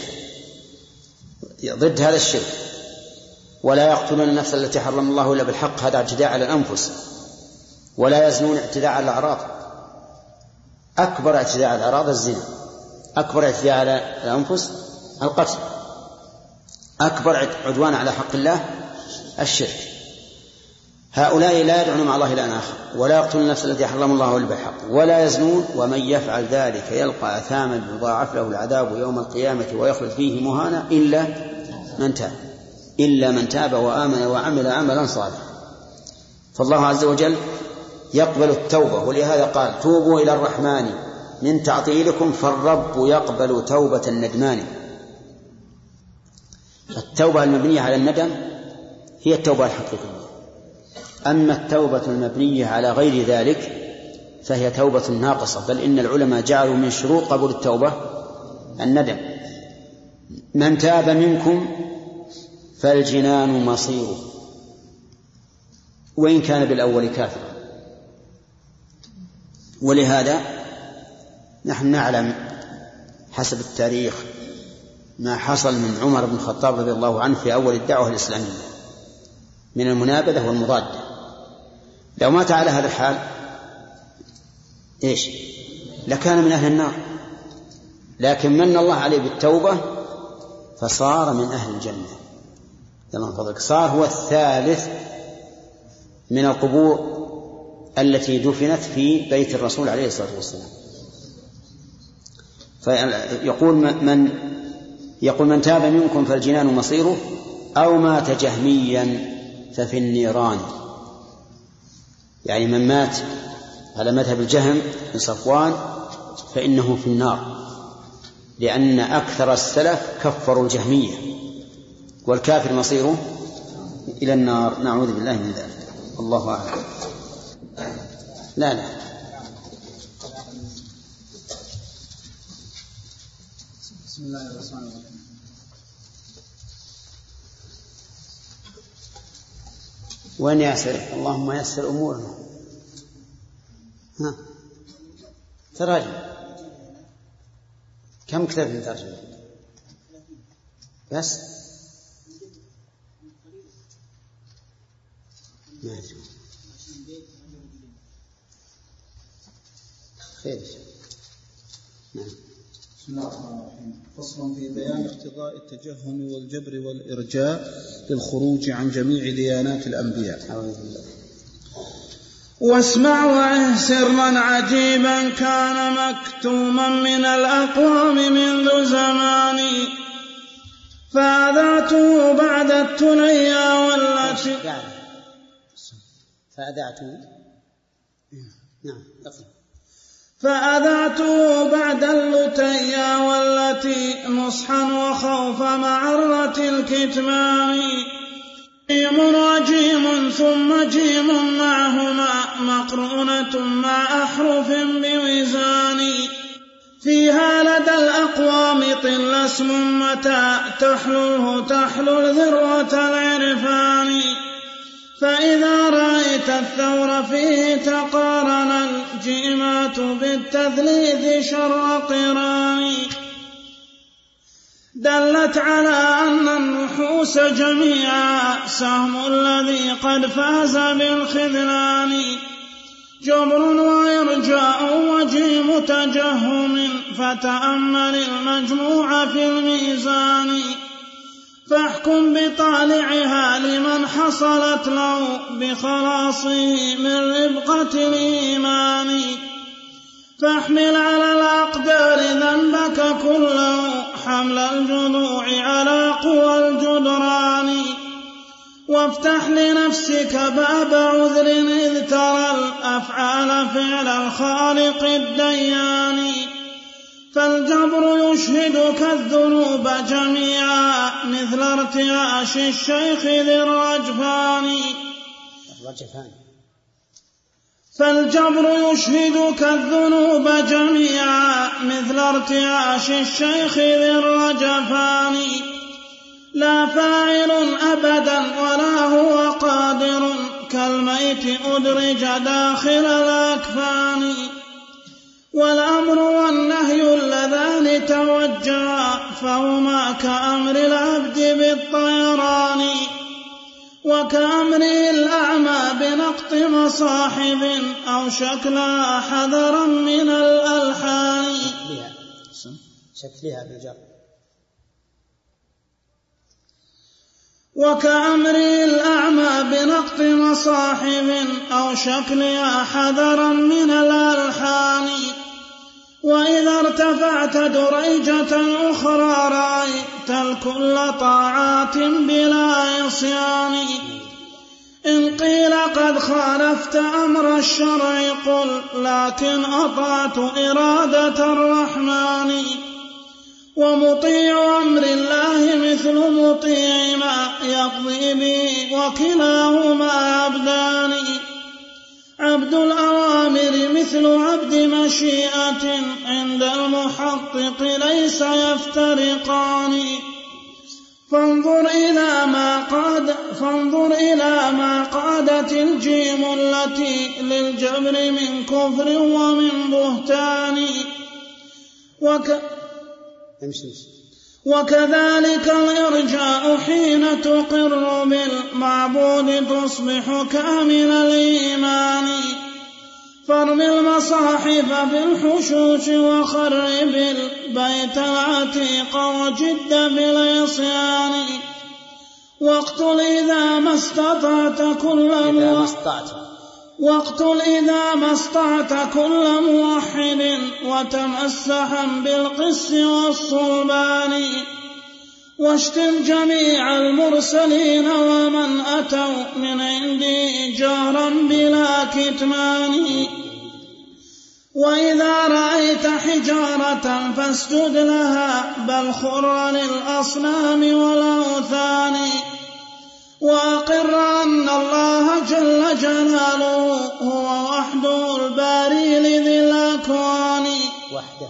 ضد هذا الشرك. ولا يقتلون النفس التي حرم الله إلا بالحق، هذا اعتداء على الأنفس. ولا يزنون، اعتداء على الأعراض. أكبر اعتداء على الأعراض الزنا، أكبر اعتداء على الأنفس القتل، أكبر عدوان على حق الله الشرك. هؤلاء لا يدعون مع الله إلها آخر، ولا يقتلون النفس التي حرم الله إلا بالحق، ولا يزنون، ومن يفعل ذلك يلقى أثاما يضاعف له العذاب يوم القيامة ويخلد فيه مهانا إلا من تاب إلا من تاب وآمن وعمل عملا صالحا. فالله عز وجل يقبل التوبة، ولهذا قال: توبوا إلى الرحمن من تعطيلكم فالرب يقبل توبة الندمان. التوبة المبنية على الندم هي التوبة الحقيقية، أما التوبة المبنية على غير ذلك فهي توبة ناقصة. بل إن العلماء جعلوا من شروط قبول التوبة الندم. من تاب منكم فالجنان مصيره وإن كان بالأول كافرا. ولهذا نحن نعلم حسب التاريخ ما حصل من عمر بن الخطاب رضي الله عنه في أول الدعوة الإسلامية من المنابذة والمضادة. لو مات على هذا الحال إيش؟ لكان من أهل النار، لكن من الله عليه بالتوبة فصار من أهل الجنة. تمام فضلك، صار هو الثالث من القبور التي دفنت في بيت الرسول عليه الصلاة والسلام. فيقول من يقول من تاب منكم فالجنان مصيره، أو مات جهميا ففي النيران. يعني من مات على مذهب الجهم بن صفوان فإنه في النار، لأن أكثر السلف كفروا الجهمية، والكافر مصيره إلى النار، نعوذ بالله من ذلك. الله أعلم. لا لا بسم الله الرحمن الرحيم. وأن يسر اللهم يسر أمورنا. ها تراجم كم كتاب من ترجمة بس؟ ماشي خير. نعم. بسم الله الرحمن الرحيم. فصل في بيان اقتضاء التجهم والجبر والإرجاء للخروج عن جميع ديانات الأنبياء. واسمع وعه سرا عجيبا كان مكتوما من الأقوام منذ زمان، فأذعته بعد التليا والتي فأذعته نعم فأذعته بعد اللتيا والتي نصحا وخوف معرة الكتمان، جيم وجيم ثم جيم معهما مقرونة مع أحرف بوزان، فيها لدى الأقوام طل اسم متى تحلوه تحلو الذروة العرفان، فإذا رأيت الثور فيه تقارن الجيمات بالتثليث شر قران، دلت على أن النحوس جميعا سهم الذي قد فاز بالخذلان، جبر وإرجاء وجيم تجهم، فتأمل المجموع في الميزان، فاحكم بطالعها لمن حصلت له بخلاصه من ربقة الإيمان. فاحمل على الأقدار ذنبك كله حمل الجذوع على قوى الجدران. وافتح لنفسك باب عذر إذ ترى الأفعال فعل الخالق الديان. فالجبر يشهدك الذنوب جميعا مثل ارتعاش الشيخ ذي الرجفان. فالجبر يشهدك الذنوب جميعا مثل ارتعاش الشيخ ذي الرجفان. لا فاعل أبدا ولا هو قادر كالميت أدرج داخل الأكفان. والأمر والنهي اللذان توجها فهما كأمر العبد بالطيران. وكأمره الأعمى بنقط مصاحب أو شكلها حذرا من الألحان. شكلها بالجر. وكأمره الأعمى بنقط مصاحب أو شكلها حذرا من الألحان. وإذا ارتفعت دريجة أخرى رأيت الكل طاعات بلا عصيان. إن قيل قد خالفت أمر الشرع قل لكن أطعت إرادة الرحمن. ومطيع أمر الله مثل مطيع ما يقضي به وكلاهما عبدان. عبد الأوامر مثل عبد مشيئة عند المحقق ليس يفترقان. فانظر إلى ما قاد فانظر إلى ما قادت الجيم التي للجبر من كفر ومن بهتان. وك وكذلك الإرجاء حين تقر بالمعبود تصبح كامل الإيمان. فارم المصاحف بالحشوش وخرب البيت العتيق وجد بالعصيان. واقتل إذا ما استطعت كل موحد واقتل إذا ما استطعت كل موحد وتمسحا بالقس والصلبان. واشتم جميع المرسلين ومن أتوا من عندي جهرا بلا كتمان. وإذا رأيت حجارة فاسجد لها بل خر للأصنام والأوثان. وأقر أن الله جل جلاله هو وحده الباري لذي الأكوان. وحده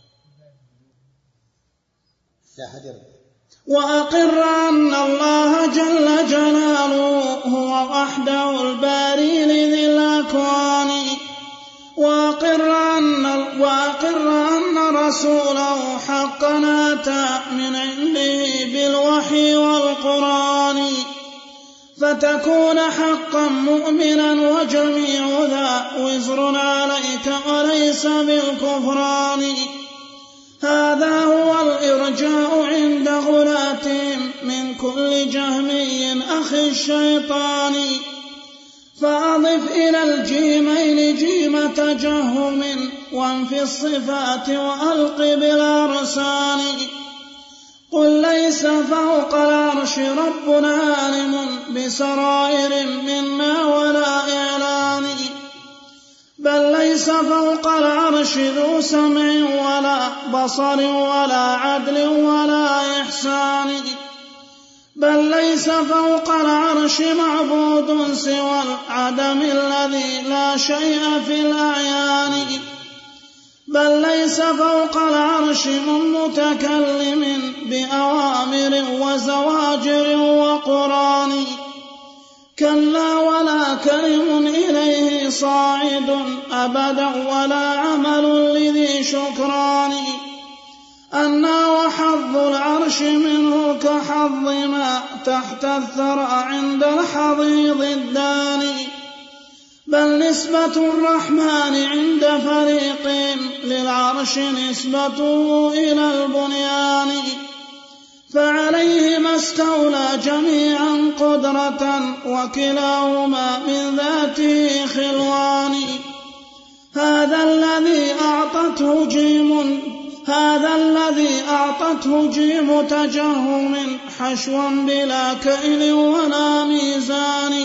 لا حد. وأقر أن الله جل جلاله هو وحده الباري لذي الأكوان. وأقر أن, وأقر أن رسوله حقا أتى من عنده بالوحي والقرآن. فتكون حقا مؤمنا وجميع ذا وزر عليك وليس بالكفران. هذا هو الإرجاء عند غلاتهم من كل جهمي أخي الشيطان. فأضف إلى الجيمين جيم تجهم وانفي الصفات وألق بالأرسان. قل ليس فوق العرش رب عالم بسرائر منا ولا إعلان. بل ليس فوق العرش ذو سمع ولا بصر ولا عدل ولا إحسان. بل ليس فوق العرش معبود سوى العدم الذي لا شيء في الأعيان. بل ليس فوق العرش من متكلم بأوامر وزواجر وقران. كلا ولا كلم إليه صاعد أبدا ولا عمل لذي شكران. أنا وحظ العرش منه كحظ ما تحت الثرى عند الحضيض الداني. بل نسبة الرحمن عند فريق للعرش نسبته إلى البنيان. فعليهما استولى جميعا قدرة وكلاهما من ذاته خلوان هذا الذي أعطته جيم هذا الذي أعطته جيم تجهم حشوا بلا كيل ولا ميزان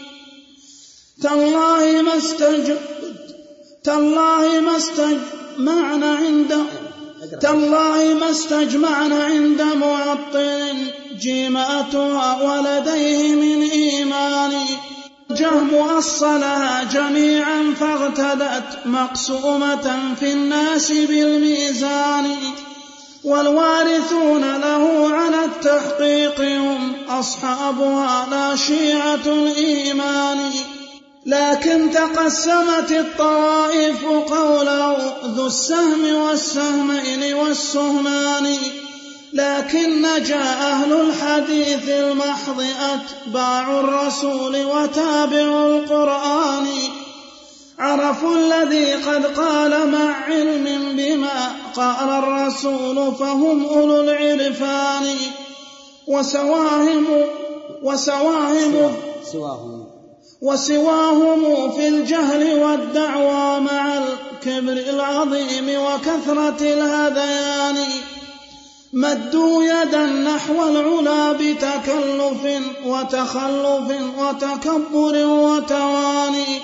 تالله ما استج تالله ما استجمعنا عند تالله ما استجمعنا عند معطل جيماتها ولديه من إيمان جهم أصلها جميعا فاغتدت مقسومة في الناس بالميزان والوارثون له على التحقيق هم أصحابها لا شيعة الإيمان لكن تقسمت الطوائف قوله ذو السهم والسهمين والسهمان لكن نجا أهل الحديث المحض أتباع الرسول وتابعوا القرآن عرفوا الذي قد قال مع علم بما قال الرسول فهم أولو العرفان وسواهم وسواهم سواهم وسواهم في الجهل والدعوى مع الكبر العظيم وكثرة الهذيان مدوا يدا نحو العلا بتكلف وتخلف وتكبر وتواني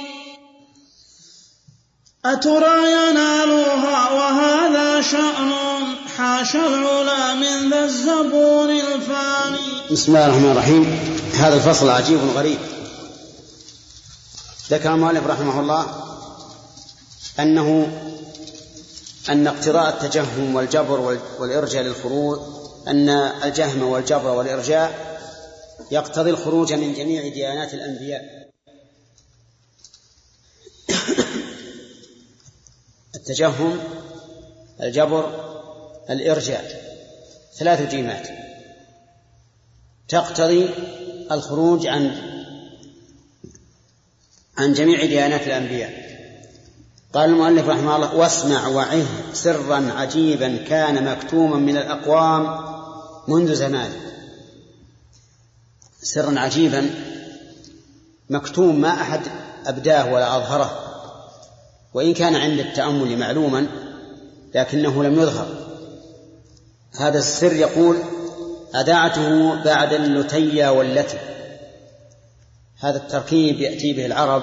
أترى ينالوها وهذا شأن حاشا العلا من ذا الزبون الفاني. بسم الله الرحمن الرحيم. هذا الفصل عجيب غريب. ذكر المؤلف رحمه الله أنه أن اقتضاء التجهم والجبر والإرجاء للخروج أن الجهم والجبر والإرجاء يقتضي الخروج من جميع ديانات الأنبياء. التجهم الجبر الإرجاء ثلاث جيمات تقتضي الخروج عن عن جميع ديانات الأنبياء. قال المؤلف رحمه الله واسمع وعه سرا عجيبا كان مكتوما من الأقوام منذ زمان. سرا عجيبا مكتوم ما أحد أبداه ولا أظهره، وإن كان عند التأمل معلوما لكنه لم يظهر. هذا السر يقول أذاعته بعد اللتيا والتي. هذا التركيب يأتي به العرب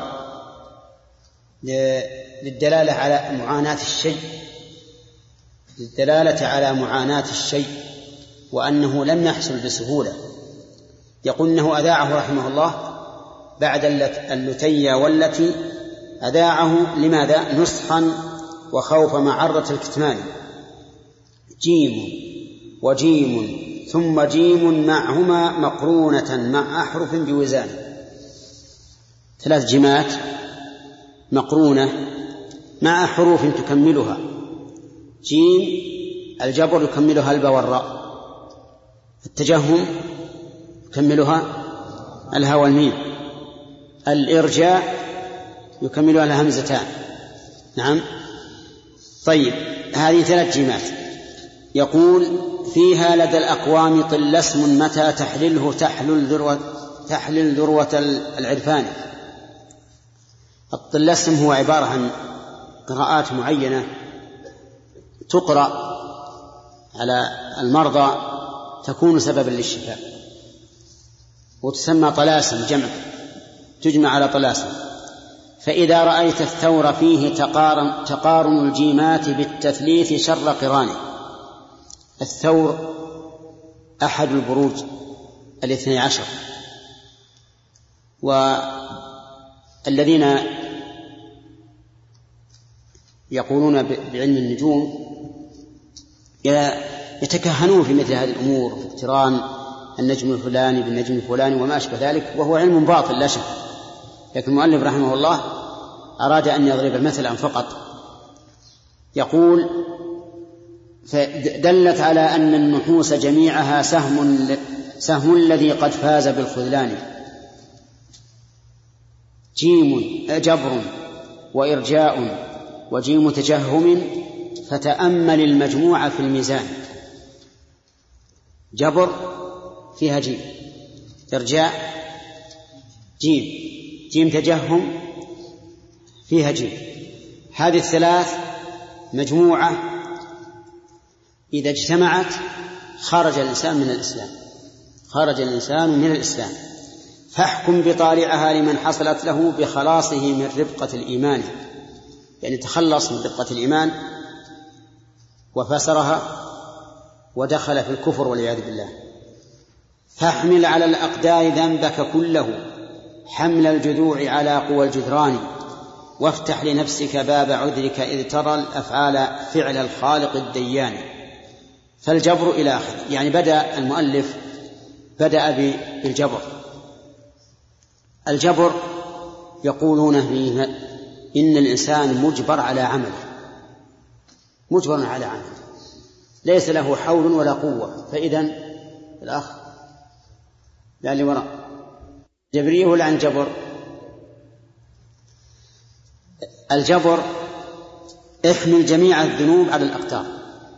للدلالة على معاناة الشيء للدلالة على معاناة الشيء وأنه لم يحصل بسهولة. يقول إنه أذاعه رحمه الله بعد اللتيا والتي أذاعه لماذا؟ نصحا وخوف معرة الكتمان. جيم وجيم ثم جيم معهما مقرونة مع أحرف بوزان. ثلاث جيمات مقرونة مع حروف تكملها. جيم الجبر يكملها الباء والراء، التجهم يكملها الهاء والميم، الإرجاء يكملها الهمزتان. نعم. طيب هذه ثلاث جيمات. يقول فيها لدى الأقوام طل اسم متى تحلله تحلل ذروة تحلل ذروة العرفان. الطلسم هو عبارة عن قراءات معينة تقرأ على المرضى تكون سببا للشفاء، وتسمى طلاسم جمع تجمع على طلاسم. فإذا رأيت الثور فيه تقارن, تقارن الجيمات بالتثليث شر قرانه. الثور أحد البروج الاثني عشر، والذين يقولون بعلم النجوم يتكهنون في مثل هذه الأمور، في اقتران النجم الفلاني بالنجم الفلاني وما أشبه ذلك، وهو علم باطل لا شك. لكن المؤلف رحمه الله أراد أن يضرب مثلا فقط. يقول فدلت على أن النحوس جميعها سهم سهم الذي قد فاز بالخذلان. جيم جبر وإرجاء وجيم تجهم فتأمل المجموعة في الميزان. جبر فيها جيم، إرجاء جيم، جيم تجهم فيها جيم. هذه الثلاث مجموعة إذا اجتمعت خرج الإنسان من الإسلام، خرج الإنسان من الإسلام. فاحكم بطالعها لمن حصلت له بخلاصه من ربقة الإيمان، يعني تخلص من ربقة الإيمان وفسرها ودخل في الكفر والعياذ بالله. فاحمل على الأقدار ذنبك كله حمل الجذوع على قوى الجدران، وافتح لنفسك باب عذرك إذ ترى الأفعال فعل الخالق الديان. فالجبر إلى آخره، يعني بدأ المؤلف بدأ بالجبر. الجبر يقولون فيه إن الإنسان مجبر على عمله، مجبر على عمله، ليس له حول ولا قوة. فإذن الأخ لا اللي وراء جبريه ولا عن جبر؟ الجبر احمل جميع الذنوب على الأقدار.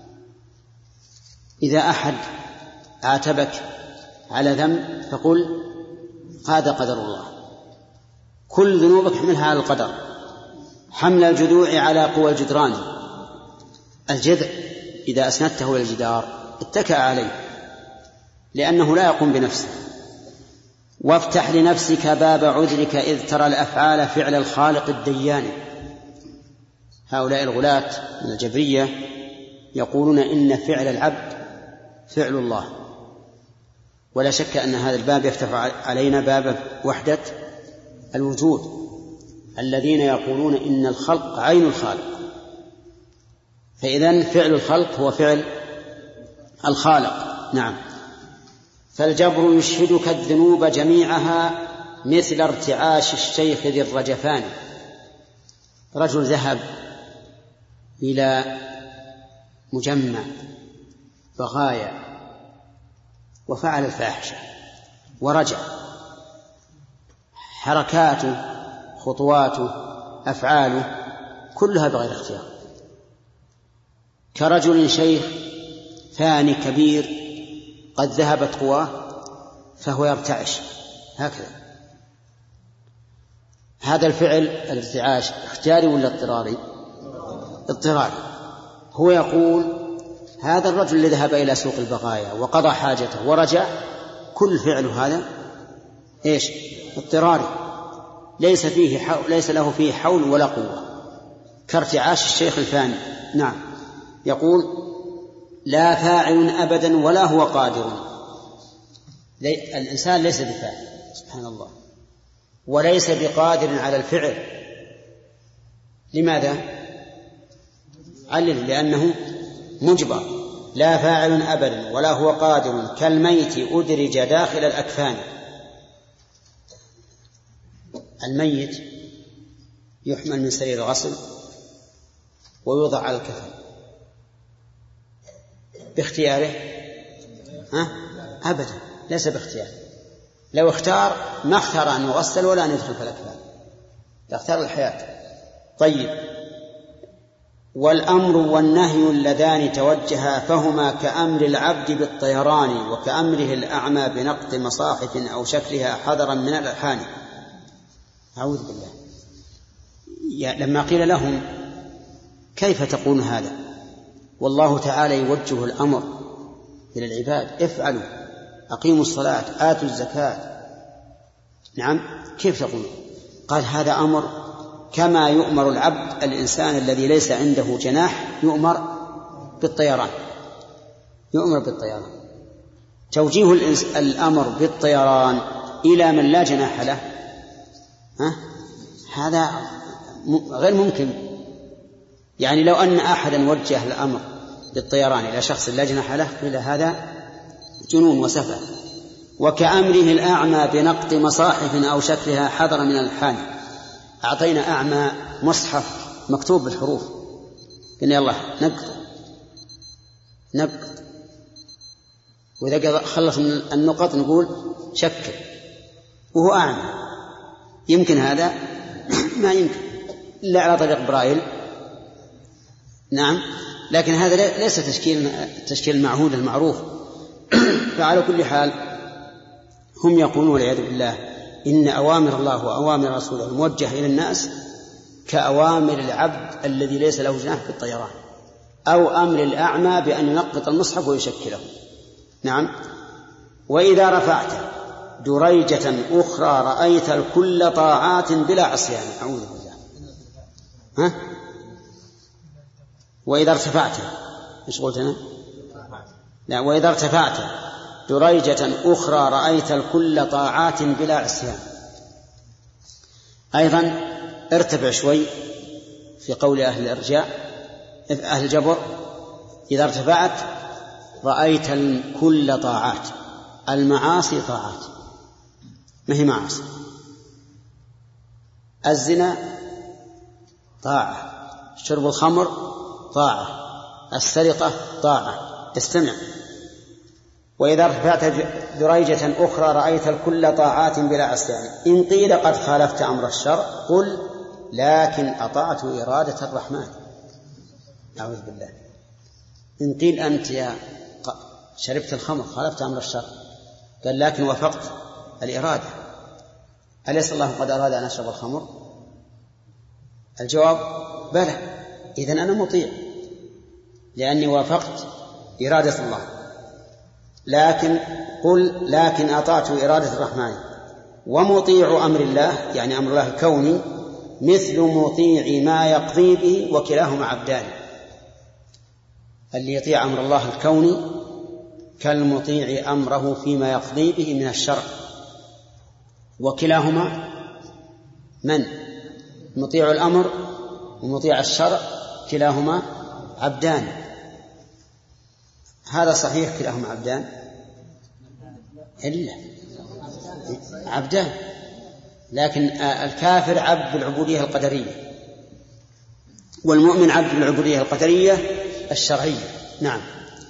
إذا أحد عاتبك على ذنب فقل هذا قدر الله، كل ذنوبك احملها على القدر. حمل الجذوع على قوى الجدران، الجذع إذا أسندته إلى الجدار اتكأ عليه لأنه لا يقوم بنفسه. وافتح لنفسك باب عذرك إذ ترى الأفعال فعل الخالق الديان. هؤلاء الغلاة من الجبرية يقولون إن فعل العبد فعل الله، ولا شك أن هذا الباب يفتح علينا باب وحدة الوجود، الذين يقولون إن الخلق عين الخالق، فإذن فعل الخلق هو فعل الخالق. نعم. فالجبر يشهدك الذنوب جميعها مثل ارتعاش الشيخ ذي الرجفان. رجل ذهب إلى مجمع بغايا وفعل الفاحشة ورجع، حركاته خطواته أفعاله كلها بغير اختيار. كرجل شيخ ثاني كبير قد ذهبت قواه فهو يرتعش هكذا. هذا الفعل الارتعاش اختياري ولا اضطراري؟ اضطراري. هو يقول هذا الرجل الذي ذهب إلى سوق البغايا وقضى حاجته ورجع كل فعله هذا إيش؟ اضطراري، ليس فيه حول، ليس له فيه حول ولا قوة، كارتعاش الشيخ الفاني. نعم. يقول لا فاعل أبدا ولا هو قادر. الإنسان ليس بفاعل سبحان الله، وليس بقادر على الفعل. لماذا؟ علل لأنه مجبر. لا فاعل أبدا ولا هو قادر كالميت أدرج داخل الأكفان. الميت يحمل من سرير الغسل ويوضع على الكفن باختياره؟ ها؟ أبدا، ليس باختياره. لو اختار ما اختار أن يغسل ولا أن يدخل في الأكفان، اختار الحياة. طيب. والأمر والنهي اللذان توجها فهما كأمر العبد بالطيران وكأمره الأعمى بنقط مصاحف أو شكلها حذرا من الألحان. أعوذ بالله. لما قيل لهم كيف تقول هذا والله تعالى يوجه الأمر إلى العباد افعلوا أقيموا الصلاة آتوا الزكاة، نعم كيف تقول؟ قال هذا أمر كما يؤمر العبد الإنسان الذي ليس عنده جناح يؤمر بالطيران، يؤمر بالطيران. توجيه الأمر بالطيران إلى من لا جناح له ها؟ هذا غير ممكن. يعني لو أن أحدا وجه الأمر بالطيران إلى شخص لا جناح له قيل هذا جنون وسفه. وكأمره الأعمى بنقط مصاحف أو شكلها حذر من الحان. أعطينا أعمى مصحف مكتوب بالحروف قلنا يلا نقط نقط، وإذا خلص من النقط نقول شكل وهو أعمى. يمكن هذا؟ ما يمكن إلا على طريق برايل. نعم. لكن هذا ليس تشكيل تشكيل المعهود المعروف. فعلى كل حال هم يقولون والعياذ بالله إن أوامر الله وأوامر رسوله الموجهة إلى الناس كأوامر العبد الذي ليس له جناح في الطيران، أو أمر الأعمى بأن ينقط المصحف ويشكله. نعم. وإذا رفعت دريجة أخرى رأيت الكل طاعات بلا عصيان. أعوذ بالله. ها؟ وإذا ارتفعت إيش قلت أنا؟ لا، وإذا ارتفعت دريجة أخرى رأيت الكل طاعات بلا عصيان. أيضا ارتفع شوي في قول أهل الإرجاء أهل الجبر، إذا ارتفعت رأيت الكل طاعات. المعاصي طاعات، ما هي معاصي؟ الزنا طاعة، شرب الخمر طاعة، السرقة طاعة. استمع. وإذا ارتفعت دريجة أخرى رأيت الكل طاعات بلا عصيان. إن قيل قد خالفت أمر الشرع قل لكن أطعت إرادة الرحمن. أعوذ بالله. إن قيل أنت يا شربت الخمر خالفت أمر الشرع، قال لكن وافقت الإرادة. أليس الله قد أراد أن أشرب الخمر؟ الجواب بلى، إذن أنا مطيع لأني وافقت إرادة الله. لكن قل لكن أطعت إرادة الرحمن. ومطيع أمر الله يعني أمر الله الكوني مثل مطيع ما يقضي به، وكلاهما عبدان. اللي يطيع أمر الله الكوني كالمطيع أمره فيما يقضي به من الشرع، وكلاهما من؟ مطيع الأمر ومطيع الشرع كلاهما عبدان. هذا صحيح كلاهما عبدان؟ إلا عبدان، لكن الكافر عبد بالعبودية القدرية، والمؤمن عبد بالعبودية القدرية الشرعية. نعم.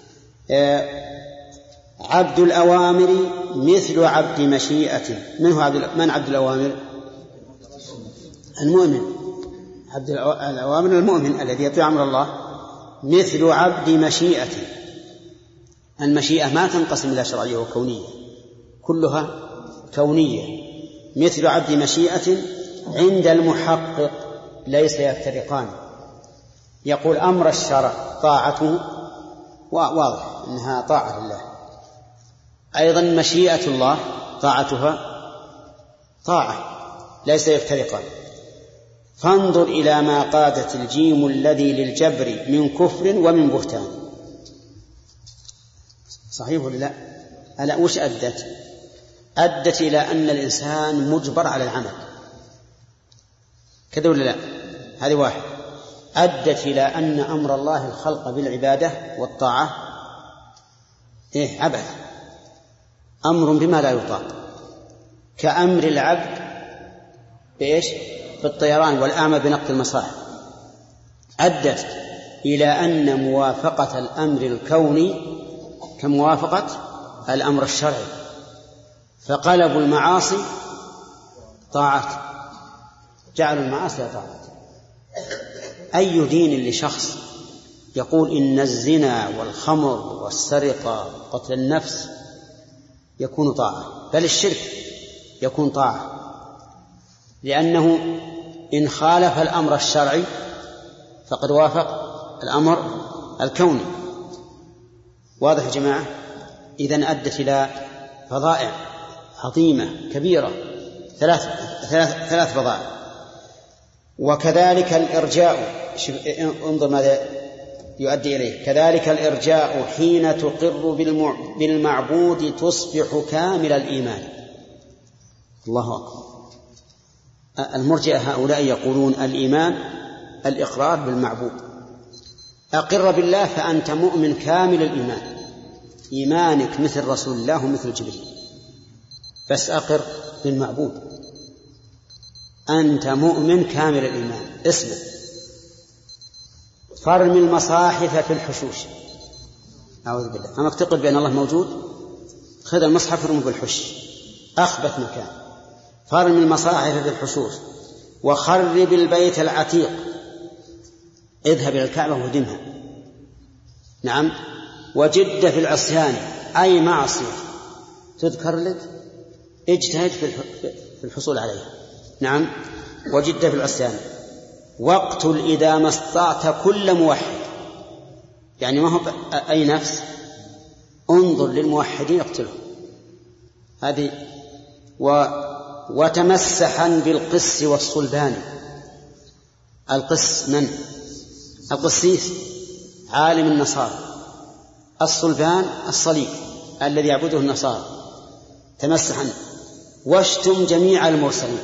عبد الأوامر مثل عبد مشيئة. من هو عبد من عبد الأوامر؟ المؤمن. عبد الأوامر المؤمن الذي يطيع أمر الله مثل عبد مشيئة. المشيئة ما تنقسم إلى شرعية وكونية، كلها كونية. مثل عبد مشيئة عند المحقق ليس يفترقان. يقول أمر الشرع طاعته واضح أنها طاعة لله، أيضا مشيئة الله طاعتها طاعة، ليس يفترقان. فانظر إلى ما قادت الجيم الذي للجبر من كفر ومن بهتان. صحيح ولا لا؟ ألا وش أدت؟ أدت إلى أن الإنسان مجبر على العمل، كذا ولا لا؟ هذه واحد. أدت إلى أن أمر الله الخلق بالعبادة والطاعة إيه؟ عبث، أمر بما لا يطاق، كأمر العبد بإيش؟ بالطيران والأعمى بنقل المصاحف. أدت إلى أن موافقة الأمر الكوني كموافقة الأمر الشرعي، فقلبوا المعاصي طاعات، جعلوا المعاصي طاعات. أي دين لشخص يقول إن الزنا والخمر والسرقة وقتل النفس يكون طاعة، بل الشرك يكون طاعة، لأنه إن خالف الأمر الشرعي فقد وافق الأمر الكوني. واضح يا جماعة؟ إذن أدت إلى فضائع عظيمة كبيرة، ثلاث ثلاث ثلاث فضائع. وكذلك الإرجاء، انظر ماذا يؤدي إليه. كذلك الإرجاء حين تقر بالمعبود تصبح كامل الإيمان. الله أكبر. المرجئة هؤلاء يقولون الإيمان الإقرار بالمعبود. أقر بالله فأنت مؤمن كامل الإيمان، إيمانك مثل رسول الله ومثل جبريل، بس أقر بالمعبود أنت مؤمن كامل الإيمان. اسمع، فرم المصاحف في الحشوش. أعوذ بالله. أما تقر بأن الله موجود، خذ المصحف ورمه بالحش، أخبث مكان. فرم المصاحف في الحشوش، وخرب البيت العتيق، اذهب إلى الكعبة وهدمها. نعم. وجد في العصيان، أي معصية تذكر لك اجتهد في الحصول عليها. نعم. وجد في العصيان. واقتل إذا ما استطعت كل موحد، يعني ما هو أي نفس، انظر للموحدين اقتلهم. هذه و وتمسحا بالقس والصلبان. القس من؟ القسيس عالم النصارى، الصلبان الصليب الذي يعبده النصارى. تمسحا. واشتم جميع المرسلين،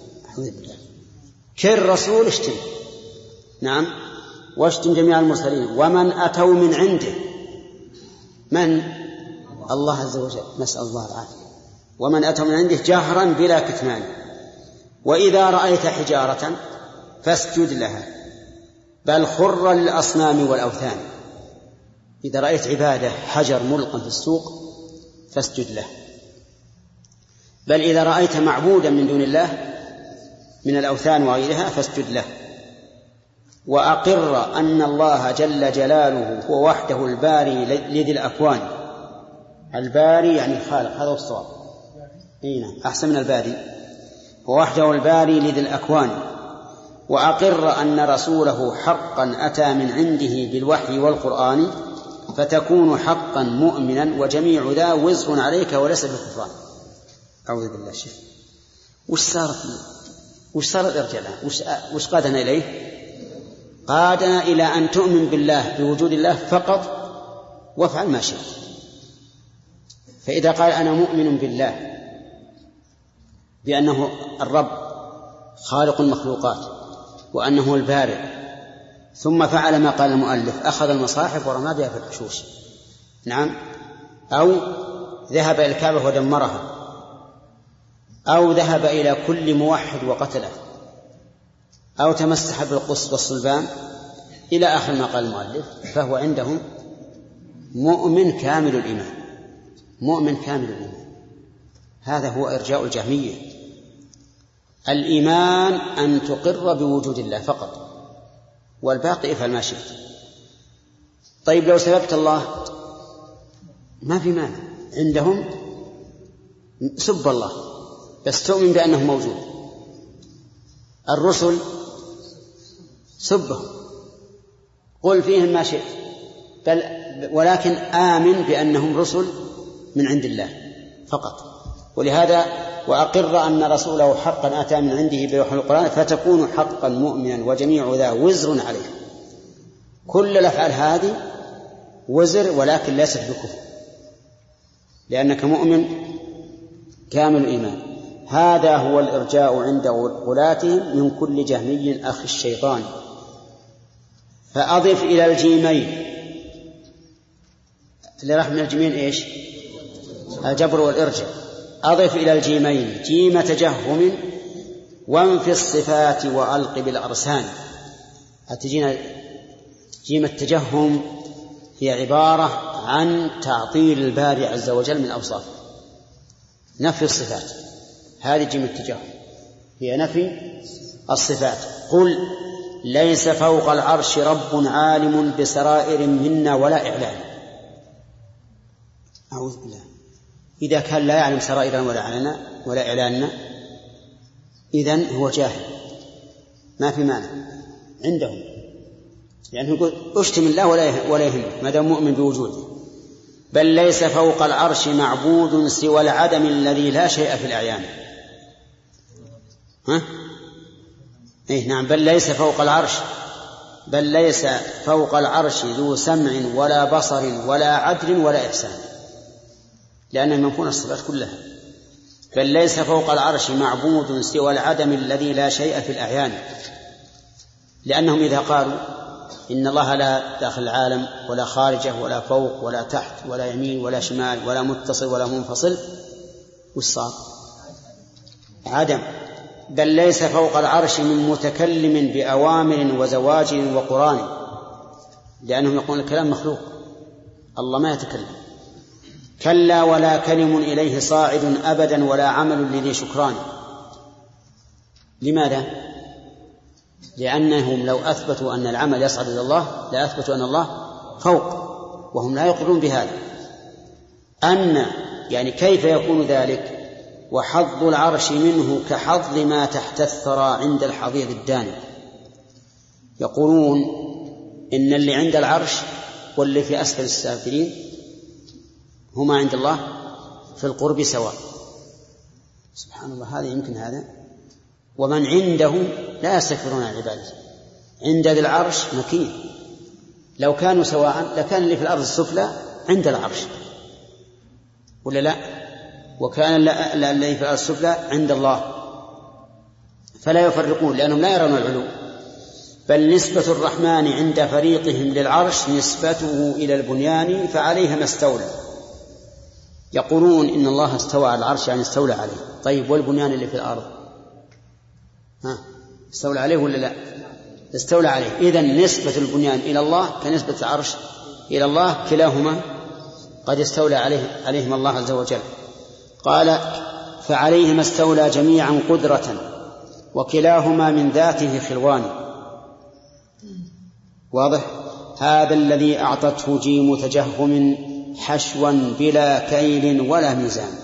كل رسول اشتم. نعم. واشتم جميع المرسلين ومن أتوا من عنده. من؟ الله عز وجل، نسأل الله العافية. ومن أتوا من عنده جهرا بلا كتمان. وإذا رأيت حجارة فاسجد لها، بل خر للأصنام والأوثان. إذا رأيت عبادة حجر ملقا في السوق فاسجد له. بل إذا رأيت معبودا من دون الله من الأوثان وغيرها فاسجد له. وأقر أن الله جل جلاله هو وحده الباري لذي الأكوان. الباري يعني الخالق، هذا هو الصواب. نعم، أحسن من الباري. ووحده الباري لذي الأكوان. وأقر أن رسوله حقا أتى من عنده بالوحي والقرآن، فتكون حقا مؤمنا وجميع ذا وزر عليك وليس بالكفران. أعوذ بالله. شيخ وش صارت وش صار الإرجاء وش, وش قادنا إليه؟ قادنا إلى أن تؤمن بالله بوجود الله فقط وافعل ما شئت. فإذا قال أنا مؤمن بالله بأنه الرب خالق المخلوقات وأنه البارئ، ثم فعل ما قال المؤلف، أخذ المصاحف ورمى بها في الحشوش، نعم، أو ذهب إلى الكعبة ودمرها، أو ذهب إلى كل موحد وقتله، أو تمسح بالقص والصلبان إلى آخر ما قال المؤلف، فهو عندهم مؤمن كامل الإيمان. مؤمن كامل الإيمان. هذا هو إرجاء الجهمية. الإيمان أن تقر بوجود الله فقط، والباقي افعل ما شئت. طيب لو سببت الله ما في مانع، عندهم سب الله بس تؤمن بأنه موجود. الرسل سبهم، قل فيهم ما شئت، بل ولكن آمن بأنهم رسل من عند الله فقط. ولهذا وأقر أن رسوله حقا أتى من عنده بوحي القرآن، فتكون حقا مؤمنا وجميع ذا وزر عليه. كل الأفعال هذه وزر ولكن ليست بكفر، لأنك مؤمن كامل الإيمان. هذا هو الإرجاء عند غلاتهم من كل جهمي أخي الشيطان. فأضف إلى الجيمين اللي راح من الجيمين إيش؟ الجبر والإرجاء. أضف إلى الجيمين جيم تجهم وانفي الصفات وألق بالأرسان. هتجينا جيم التجهم هي عبارة عن تعطيل الباري عز وجل من أوصافه، نفي الصفات. هذه جيم التجهم هي نفي الصفات. قل ليس فوق العرش رب عالم بسرائر منا ولا إعلان. أعوذ بالله. إذا كان لا يعلم سرائرنا ولا إعلاننا ولا إعلاننا إذن هو جاهل، ما في مانع عندهم، يعني يقول اشتم الله ولا يهمك ما دام مؤمن بوجوده. بل ليس فوق العرش معبود سوى العدم الذي لا شيء في الأعيان. ها؟ إيه نعم. بل ليس فوق العرش بل ليس فوق العرش ذو سمع ولا بصر ولا عدل ولا إحسان، لأنه منفون الصفات كلها. بل ليس فوق العرش معبود سوى العدم الذي لا شيء في الأعيان، لأنهم إذا قالوا إن الله لا داخل العالم ولا خارجه ولا فوق ولا تحت ولا يمين ولا شمال ولا متصل ولا منفصل، وش صار؟ عدم. بل ليس فوق العرش من متكلم بأوامر وزواجر وقران، لأنهم يقولون الكلام مخلوق، الله ما يتكلم. كلا ولا كلم إليه صاعد أبدا ولا عمل لذي شكران. لماذا؟ لأنهم لو أثبتوا أن العمل يصعد إلى الله لا أثبتوا أن الله فوق، وهم لا يقرون بهذا. أن يعني كيف يكون ذلك؟ وحظ العرش منه كحظ ما تحت الثرى عند الحضيض الداني. يقولون إن اللي عند العرش واللي في أسفل السافلين هما عند الله في القرب سواء. سبحان الله، هذا يمكن هذا. ومن عنده لا يستكبرون عن عبادته. عند ذي العرش مكين، لو كانوا سواء لكان اللي في الأرض السفلى عند العرش، ولا لا؟ وكان الذي في الأرض السفلى عند الله، فلا يفرقون لأنهم لا يرون العلو. بل نسبة الرحمن عند فريقهم للعرش نسبته إلى البنيان فعليها ما استولى. يقولون إن الله استوى على العرش يعني استولى عليه. طيب والبنيان اللي في الأرض ها استولى عليه ولا لا؟ استولى عليه. إذن نسبة البنيان إلى الله كنسبة العرش إلى الله، كلاهما قد استولى عليه عليهم الله عز وجل. قال فعليهما استولى جميعا قدرة وكلاهما من ذاته خلوان. واضح؟ هذا الذي أعطته جيم تجهم حشوا بلا كيل ولا ميزان.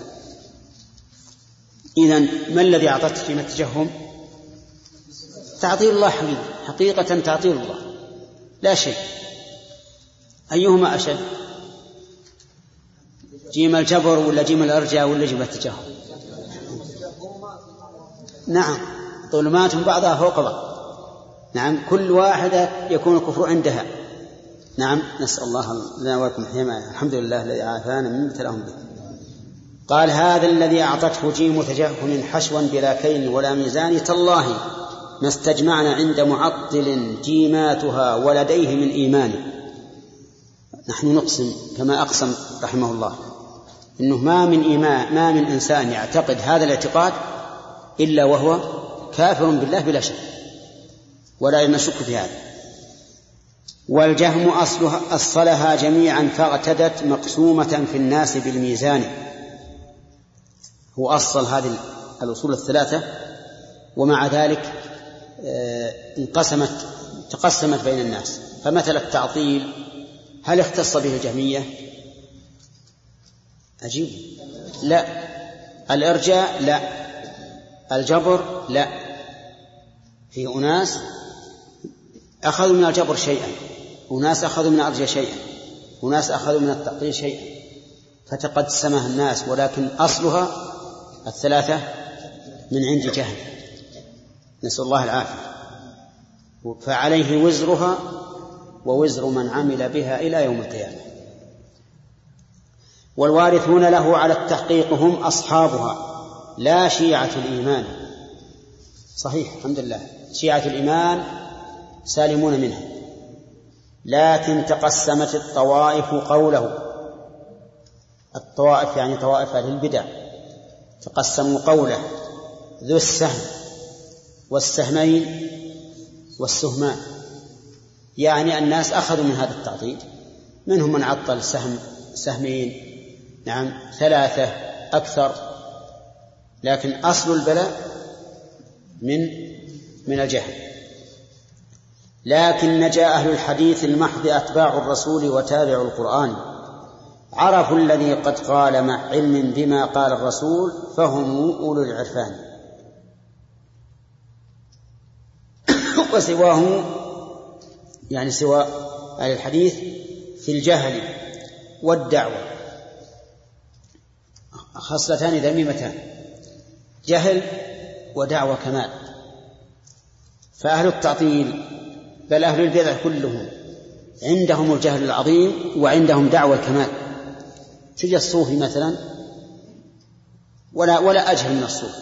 إذن ما الذي أعطته جيم التجهم؟ تعطيل الله حقيقة, حقيقة تعطيل الله لا شيء. أيهما أشد؟ جيم الجبر ولا جيم الأرجاء ولا جيم التجهم؟ نعم، ظلمات بعضها فوق بعض. نعم، كل واحدة يكون الكفر عندها. نعم، نسأل الله لنا ولكم حماية. الحمد لله الذي عافانا مما ابتلاهم به. قال هذا الذي أعطته جيم تجهم حشوا بلا كيل ولا ميزان تالله ما استجمعنا عند معطل جيماتها ولديه من إيمان. نحن نقسم كما أقسم رحمه الله إنه ما من إيمان ما من إنسان يعتقد هذا الاعتقاد إلا وهو كافر بالله بلا شك ولا يشك في هذا. والجهم أصلها أصلها جميعا فاعتدت مقسومة في الناس بالميزان. هو أصل هذه الأصول الثلاثة ومع ذلك انقسمت تقسمت بين الناس. فمثل التعطيل هل اختص به الجهمية؟ أجيب لا. الإرجاء لا. الجبر لا. في أناس أخذوا من الجبر شيئا، أناس أخذوا من الإرجاء شيئا، أناس أخذوا من التعطيل شيئا، فتقسمها الناس، ولكن أصلها الثلاثة من عند جهل، نسأل الله العافية. فعليه وزرها ووزر من عمل بها إلى يوم القيامة. والوارثون له على التحقيق هم أصحابها لا شيعة الإيمان. صحيح، الحمد لله، شيعة الإيمان سالمون منها، لكن تقسمت الطوائف قوله. الطوائف يعني طوائف أهل البدع تقسموا قوله ذو السهم والسهمين والسهمان، يعني الناس أخذوا من هذا التعطيل، منهم من عطل سهم سهمين، نعم ثلاثة أكثر، لكن أصل البلاء من من الجهل. لكن نجا أهل الحديث المحض أتباع الرسول وتابع القرآن عرفوا الذي قد قال مع علم بما قال الرسول فهم أولو العرفان. وسواه يعني سوى أهل الحديث في الجهل والدعوة خصلتان ذميمتان، جهل ودعوة كمال. فأهل التعطيل بل أهل البدع كلهم عندهم الجهل العظيم وعندهم دعوة الكمال. تجي الصوفي مثلا ولا ولا أجهل من الصوفي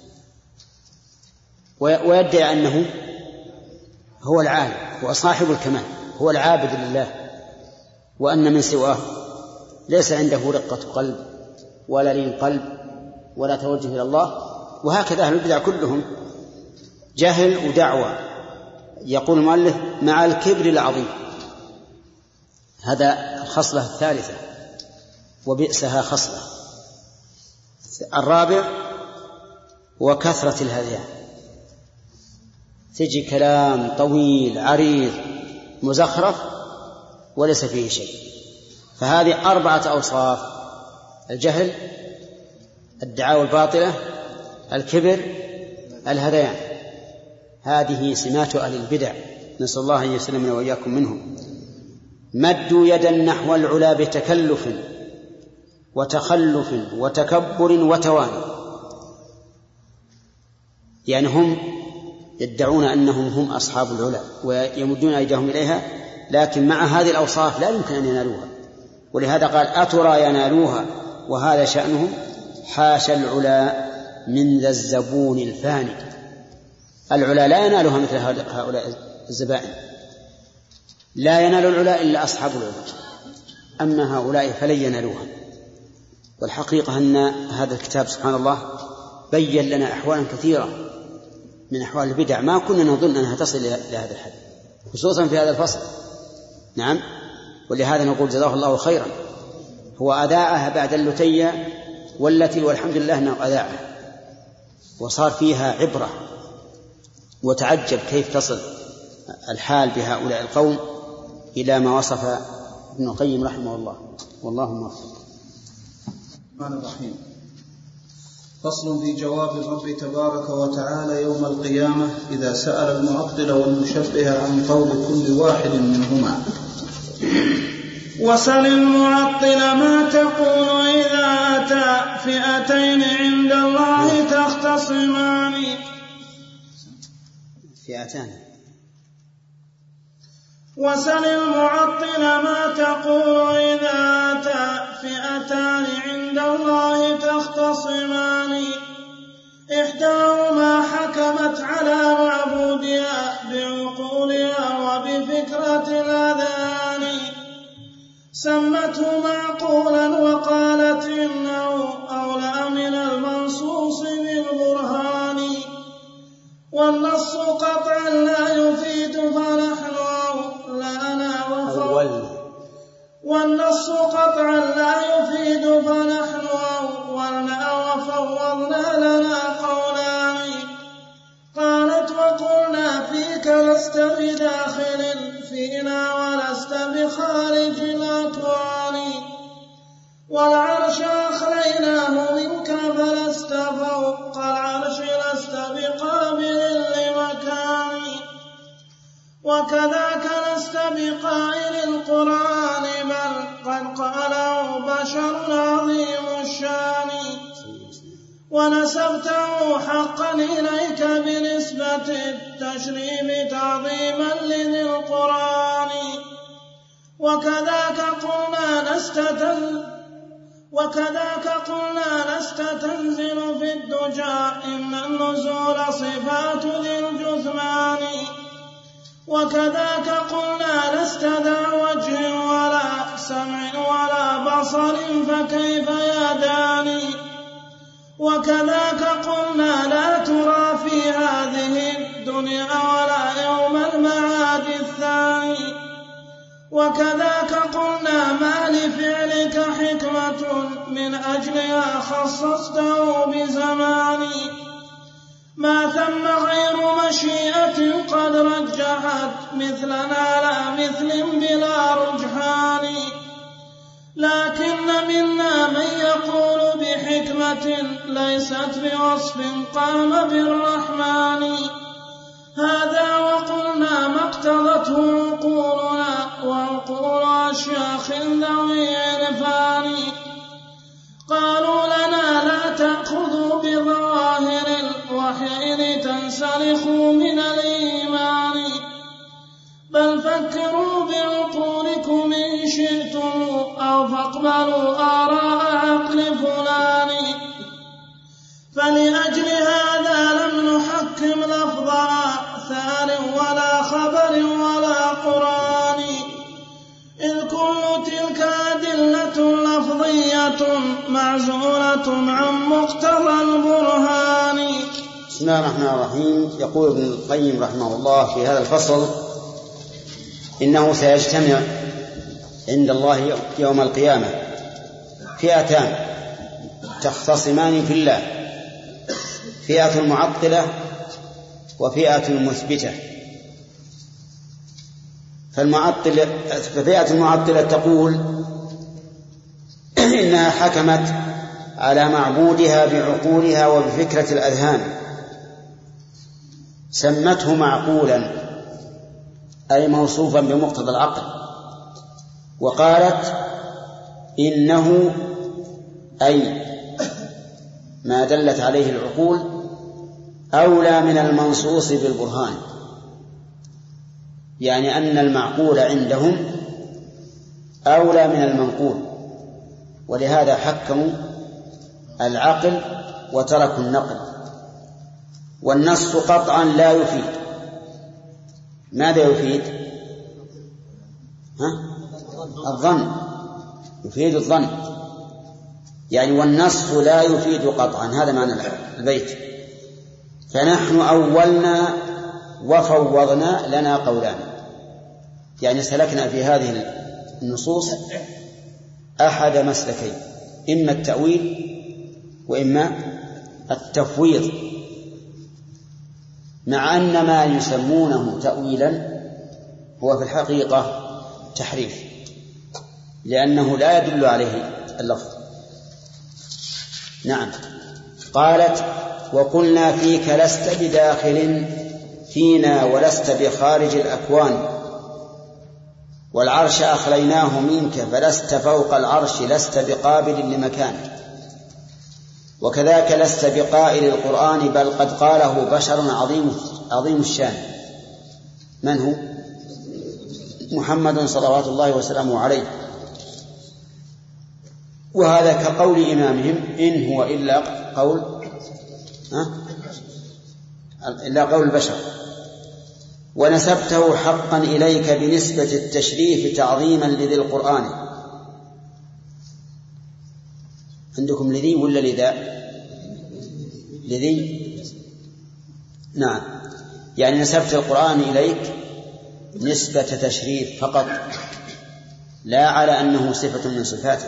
ويدعي أنه هو العالم، هو صاحب الكمال، هو العابد لله، وأن من سواه ليس عنده رقة قلب ولا لين قلب ولا توجه إلى الله. وهكذا أهل البدع كلهم جهل ودعوة. يقول المؤلف مع الكبر العظيم، هذا الخصلة الثالثة وبئسها خصلة. الرابع وكثرة الهذيان، تجي كلام طويل عريض مزخرف وليس فيه شيء. فهذه أربعة أوصاف: الجهل، الدعاوى الباطلة، الكبر، الهذيان. هذه سمات أهل البدع، نسأل الله أن يسلمنا وإياكم منهم. مدوا يدا نحو العلا بتكلف وتخلف وتكبر وتواني، يعني هم يدعون أنهم هم أصحاب العلا ويمدون أيديهم إليها، لكن مع هذه الأوصاف لا يمكن أن ينالوها. ولهذا قال أترى ينالوها وهذا شأنهم، حاشا العلا من ذا الزبون الفاني. العلا لا ينالها مثل هؤلاء الزبائن، لا ينال العلا إلا أصحاب العلا، أما هؤلاء فلن ينالوها. والحقيقة أن هذا الكتاب سبحان الله بيّن لنا أحوالا كثيرة من أحوال البدع ما كنا نظن أنها تصل إلى هذا الحد، خصوصا في هذا الفصل. نعم، ولهذا نقول جزاه الله خيرا، هو أذاعها بعد اللتية والتي والحمد لله أنه أذاعها وصار فيها عبرة، وتعجب كيف تصل الحال بهؤلاء القوم إلى ما وصف ابن القيم رحمه الله. والله موفق. الرحمن الرحيم. فصل في جواب الرب تبارك وتعالى يوم القيامة إذا سأل المعطل والمشبه عن قول كل واحد منهما. وسل المعطل ما تقول إذا أتى فئتين عند الله تختصمان. فئتان. وسل المعطل ما تقول إذا أتى فئتان عند الله تختصمان. إحداهما حكمت على معبودها بعقولها وبفكرة الأذهان، سمته معقولا وقالت إنه أولى من المنصوص بالبرهان. والنص قطعا لا يفيد فنحن أولى وفوضنا والنص قطعا لا يفيد فنحن أولنا وفوضنا لنا قولان. قالت وقلنا فيك لست بداخل فينا ولست بخارج الأكوان. والعرش أخليناه منك فلست فوق العرش لست بقابل لمكان. وكذاك لست بقائل القرآن بل قد قاله بشر عظيم الشان. ونسبته حقا إليك بنسبة التشريف تعظيما لذي القرآن. وكذاك قلنا نستتل وكذاك قلنا لست تنزل في الدجى إن النزول صفات ذي الجثمان. وكذاك قلنا لست ذا وجه ولا سمع ولا بصر فكيف يداني. وكذاك قلنا لا ترى في هذه الدنيا ولا يوم المعاد الثاني. وكذاك قلنا ما لفعلك حكمة من أجلها خصصته بزماني. ما ثم غير مشيئة قد رجحت مثلنا لا مثل بلا رجحان. لكن منا من يقول بحكمة ليست بوصف قام بالرحمن. هذا وقلنا ما اقتضته عقولنا وعقول أشياخ ذوي عرفان. قالوا لنا لا تأخذوا بظواهر الوحي لتنسلخوا من الإيمان بل فكروا بعقولكم إن شئتم أو فاقبلوا آراء عقل فلان. فلأجل هذا لم نحكم لفظ آثار ولا خبر ولا قرآن إذ كل تلك أدلة لفظية معزولة عن مقتضى البرهان. بسم الله الرحمن الرحيم. يقول ابن القيم رحمه الله في هذا الفصل إنه سيجتمع عند الله يوم القيامة فئتان تختصمان في الله، فئة المعطلة وفئة المثبتة. فالمعطلة ففئة المعطلة تقول إنها حكمت على معبودها بعقولها وبفكرة الأذهان سمته معقولا أي موصوفا بمقتضى العقل، وقالت إنه أي ما دلت عليه العقول أولى من المنصوص بالبرهان، يعني أن المعقول عندهم أولى من المنقول، ولهذا حكموا العقل وتركوا النقل. والنص قطعا لا يفيد. ماذا يفيد؟ ها؟ الظن، يفيد الظن، يعني والنص لا يفيد قطعا، هذا معنى البيت. فنحن أولنا وفوضنا لنا قولان، يعني سلكنا في هذه النصوص أحد مسلكين، إما التأويل وإما التفويض، مع أن ما يسمونه تأويلا هو في الحقيقة تحريف، لأنه لا يدل عليه اللفظ. نعم. قالت وقلنا فيك لست بداخل فينا ولست بخارج الأكوان، والعرش أخليناه منك فلست فوق العرش لست بقابل لمكان، وكذاك لست بقائل القرآن بل قد قاله بشر عظيم عظيم الشان. من هو؟ محمد صلوات الله وسلامه عليه. وهذا كقول إمامهم إن هو إلا قول ها؟ إلا قول البشر. ونسبته حقا إليك بنسبة التشريف تعظيما لذي القرآن. عندكم لذي ولا لذا؟ لذي. نعم، يعني نسبت القرآن إليك نسبة تشريف فقط، لا على أنه صفة من صفاته.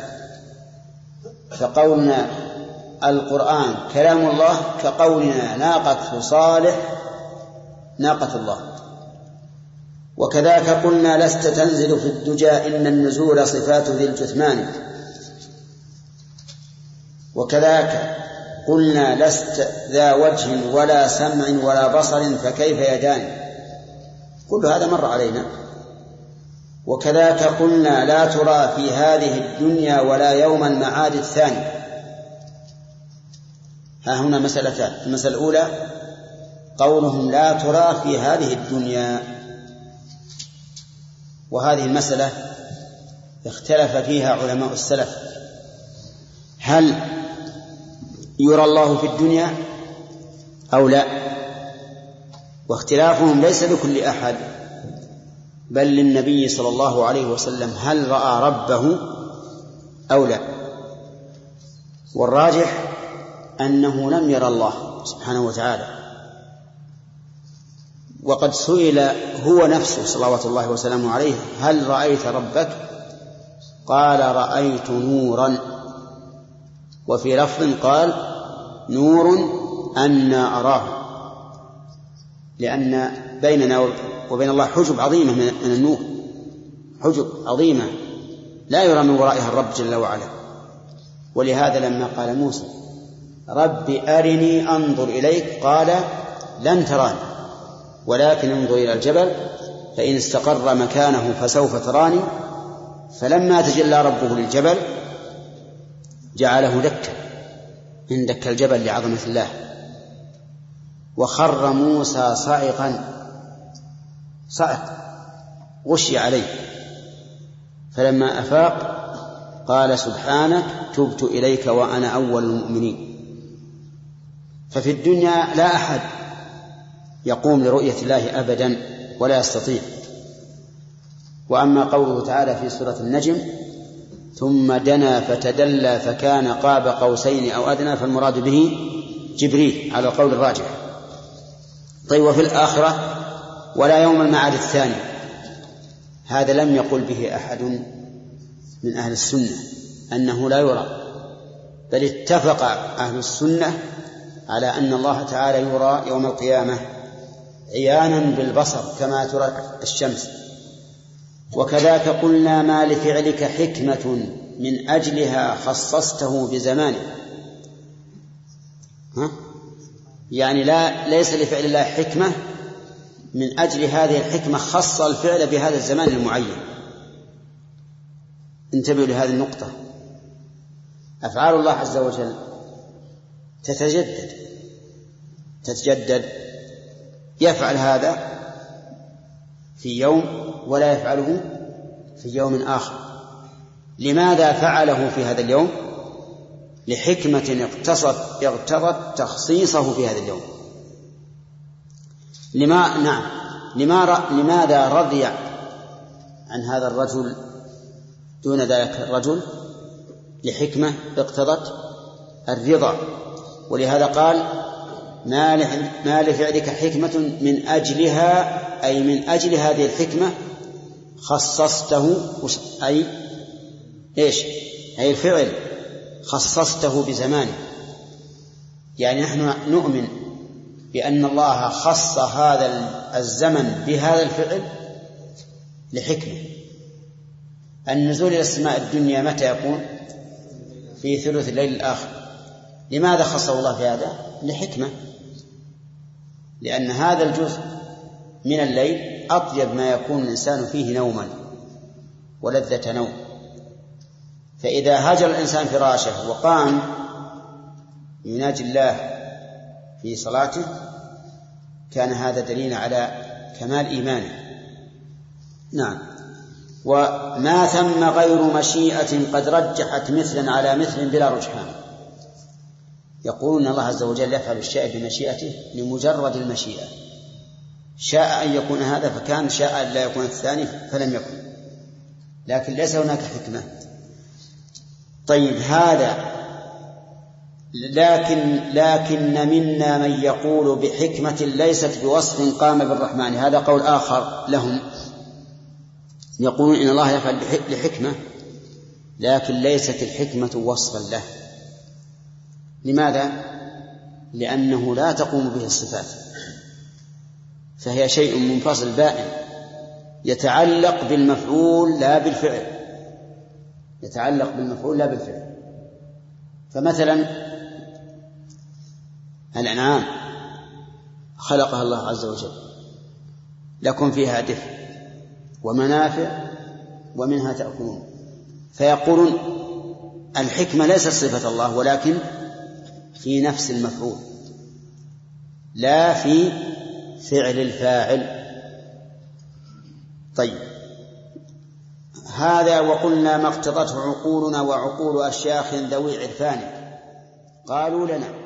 فقولنا القرآن كلام الله كقولنا ناقة صالح ناقة الله. وكذاك قلنا لست تنزل في الدجى إن النزول صفات ذي الجثمان. وكذاك قلنا لست ذا وجه ولا سمع ولا بصر فكيف يدان. كل هذا مر علينا. وكذاك قلنا لا ترى في هذه الدنيا ولا يوم المعاد الثاني. ها هنا مسألتان. المسألة الأولى قولهم لا ترى في هذه الدنيا، وهذه المسألة اختلف فيها علماء السلف، هل يرى الله في الدنيا أو لا؟ واختلافهم ليس لكل أحد بل للنبي صلى الله عليه وسلم، هل رأى ربه أو لا؟ والراجح أنه لم يرى الله سبحانه وتعالى. وقد سئل هو نفسه صلوات الله وسلامه عليه هل رأيت ربك؟ قال رأيت نورا. وفي لفظ قال نور أنا أراه، لأن بيننا وبين الله حجب عظيمة من النور، حجب عظيمة لا يرى من ورائها الرب جل وعلا. ولهذا لما قال موسى رب أرني أنظر إليك قال لن تراني ولكن انظر إلى الجبل فإن استقر مكانه فسوف تراني. فلما تجلى ربه للجبل جعله دكا، إن دك الجبل لعظمة الله، وخر موسى صاعقا، صعق غشي عليه. فلما أفاق قال سبحانك تبت إليك وأنا أول المؤمنين. ففي الدنيا لا أحد يقوم لرؤية الله أبدا ولا يستطيع. وأما قوله تعالى في سورة النجم ثم دنا فتدلى فكان قاب قوسين أو أدنى، فالمراد به جبريل على القول الراجح. طيب وفي الآخرة ولا يوم المعاد الثاني، هذا لم يقل به أحد من أهل السنة أنه لا يرى، بل اتفق أهل السنة على أن الله تعالى يرى يوم القيامة عيانا بالبصر كما ترى الشمس. وكذاك قلنا ما لفعلك حكمة من أجلها خصصته بزمانه. ها؟ يعني لا ليس لفعل الله حكمة من أجل هذه الحكمة خص الفعل بهذا الزمان المعين. انتبهوا لهذه النقطة. أفعال الله عز وجل تتجدد تتجدد يفعل هذا في يوم ولا يفعله في يوم آخر. لماذا فعله في هذا اليوم؟ لحكمة اقتصت اقتضت تخصيصه في هذا اليوم. لما نعم لما لماذا رضي عن هذا الرجل دون ذلك الرجل؟ لحكمة اقتضت الرضا. ولهذا قال ما لفعلك حكمة من أجلها، أي من أجل هذه الحكمة خصصته، أي إيش؟ أي الفعل خصصته بزمانه. يعني نحن نؤمن بأن الله خص هذا الزمن بهذا الفعل لحكمة. النزول إلى السماء الدنيا متى يكون؟ في ثلث الليل الآخر. لماذا خصه الله في هذا؟ لحكمة، لأن هذا الجزء من الليل أطيب ما يكون الإنسان فيه نوما ولذة نوم. فإذا هجر الإنسان فراشه وقام يناجي الله في صلاته كان هذا دليل على كمال إيمانه. نعم. وما ثم غير مشيئة قد رجحت مثلا على مثل بلا رجحان. يقولون الله عز وجل يفعل الشيء بمشيئته لمجرد المشيئة، شاء أن يكون هذا فكان، شاء أن لا يكون الثاني فلم يكن، لكن ليس هناك حكمة. طيب هذا لكن لكن منا من يقول بحكمة ليست بوصف قام بالرحمن. هذا قول آخر لهم، يقولون إن الله يفعل لحكمة لكن ليست الحكمة وصفا له. لماذا؟ لأنه لا تقوم به الصفات، فهي شيء منفصل بائن يتعلق بالمفعول لا بالفعل، يتعلق بالمفعول لا بالفعل. فمثلا الأنعام خلقها الله عز وجل لكم فيها دفء ومنافع ومنها تأكلون، فيقولون الحكمة ليست صفة الله ولكن في نفس المفعول لا في فعل الفاعل. طيب هذا وقلنا ما اقتضته عقولنا وعقول أشياخ ذوي عرفان قالوا لنا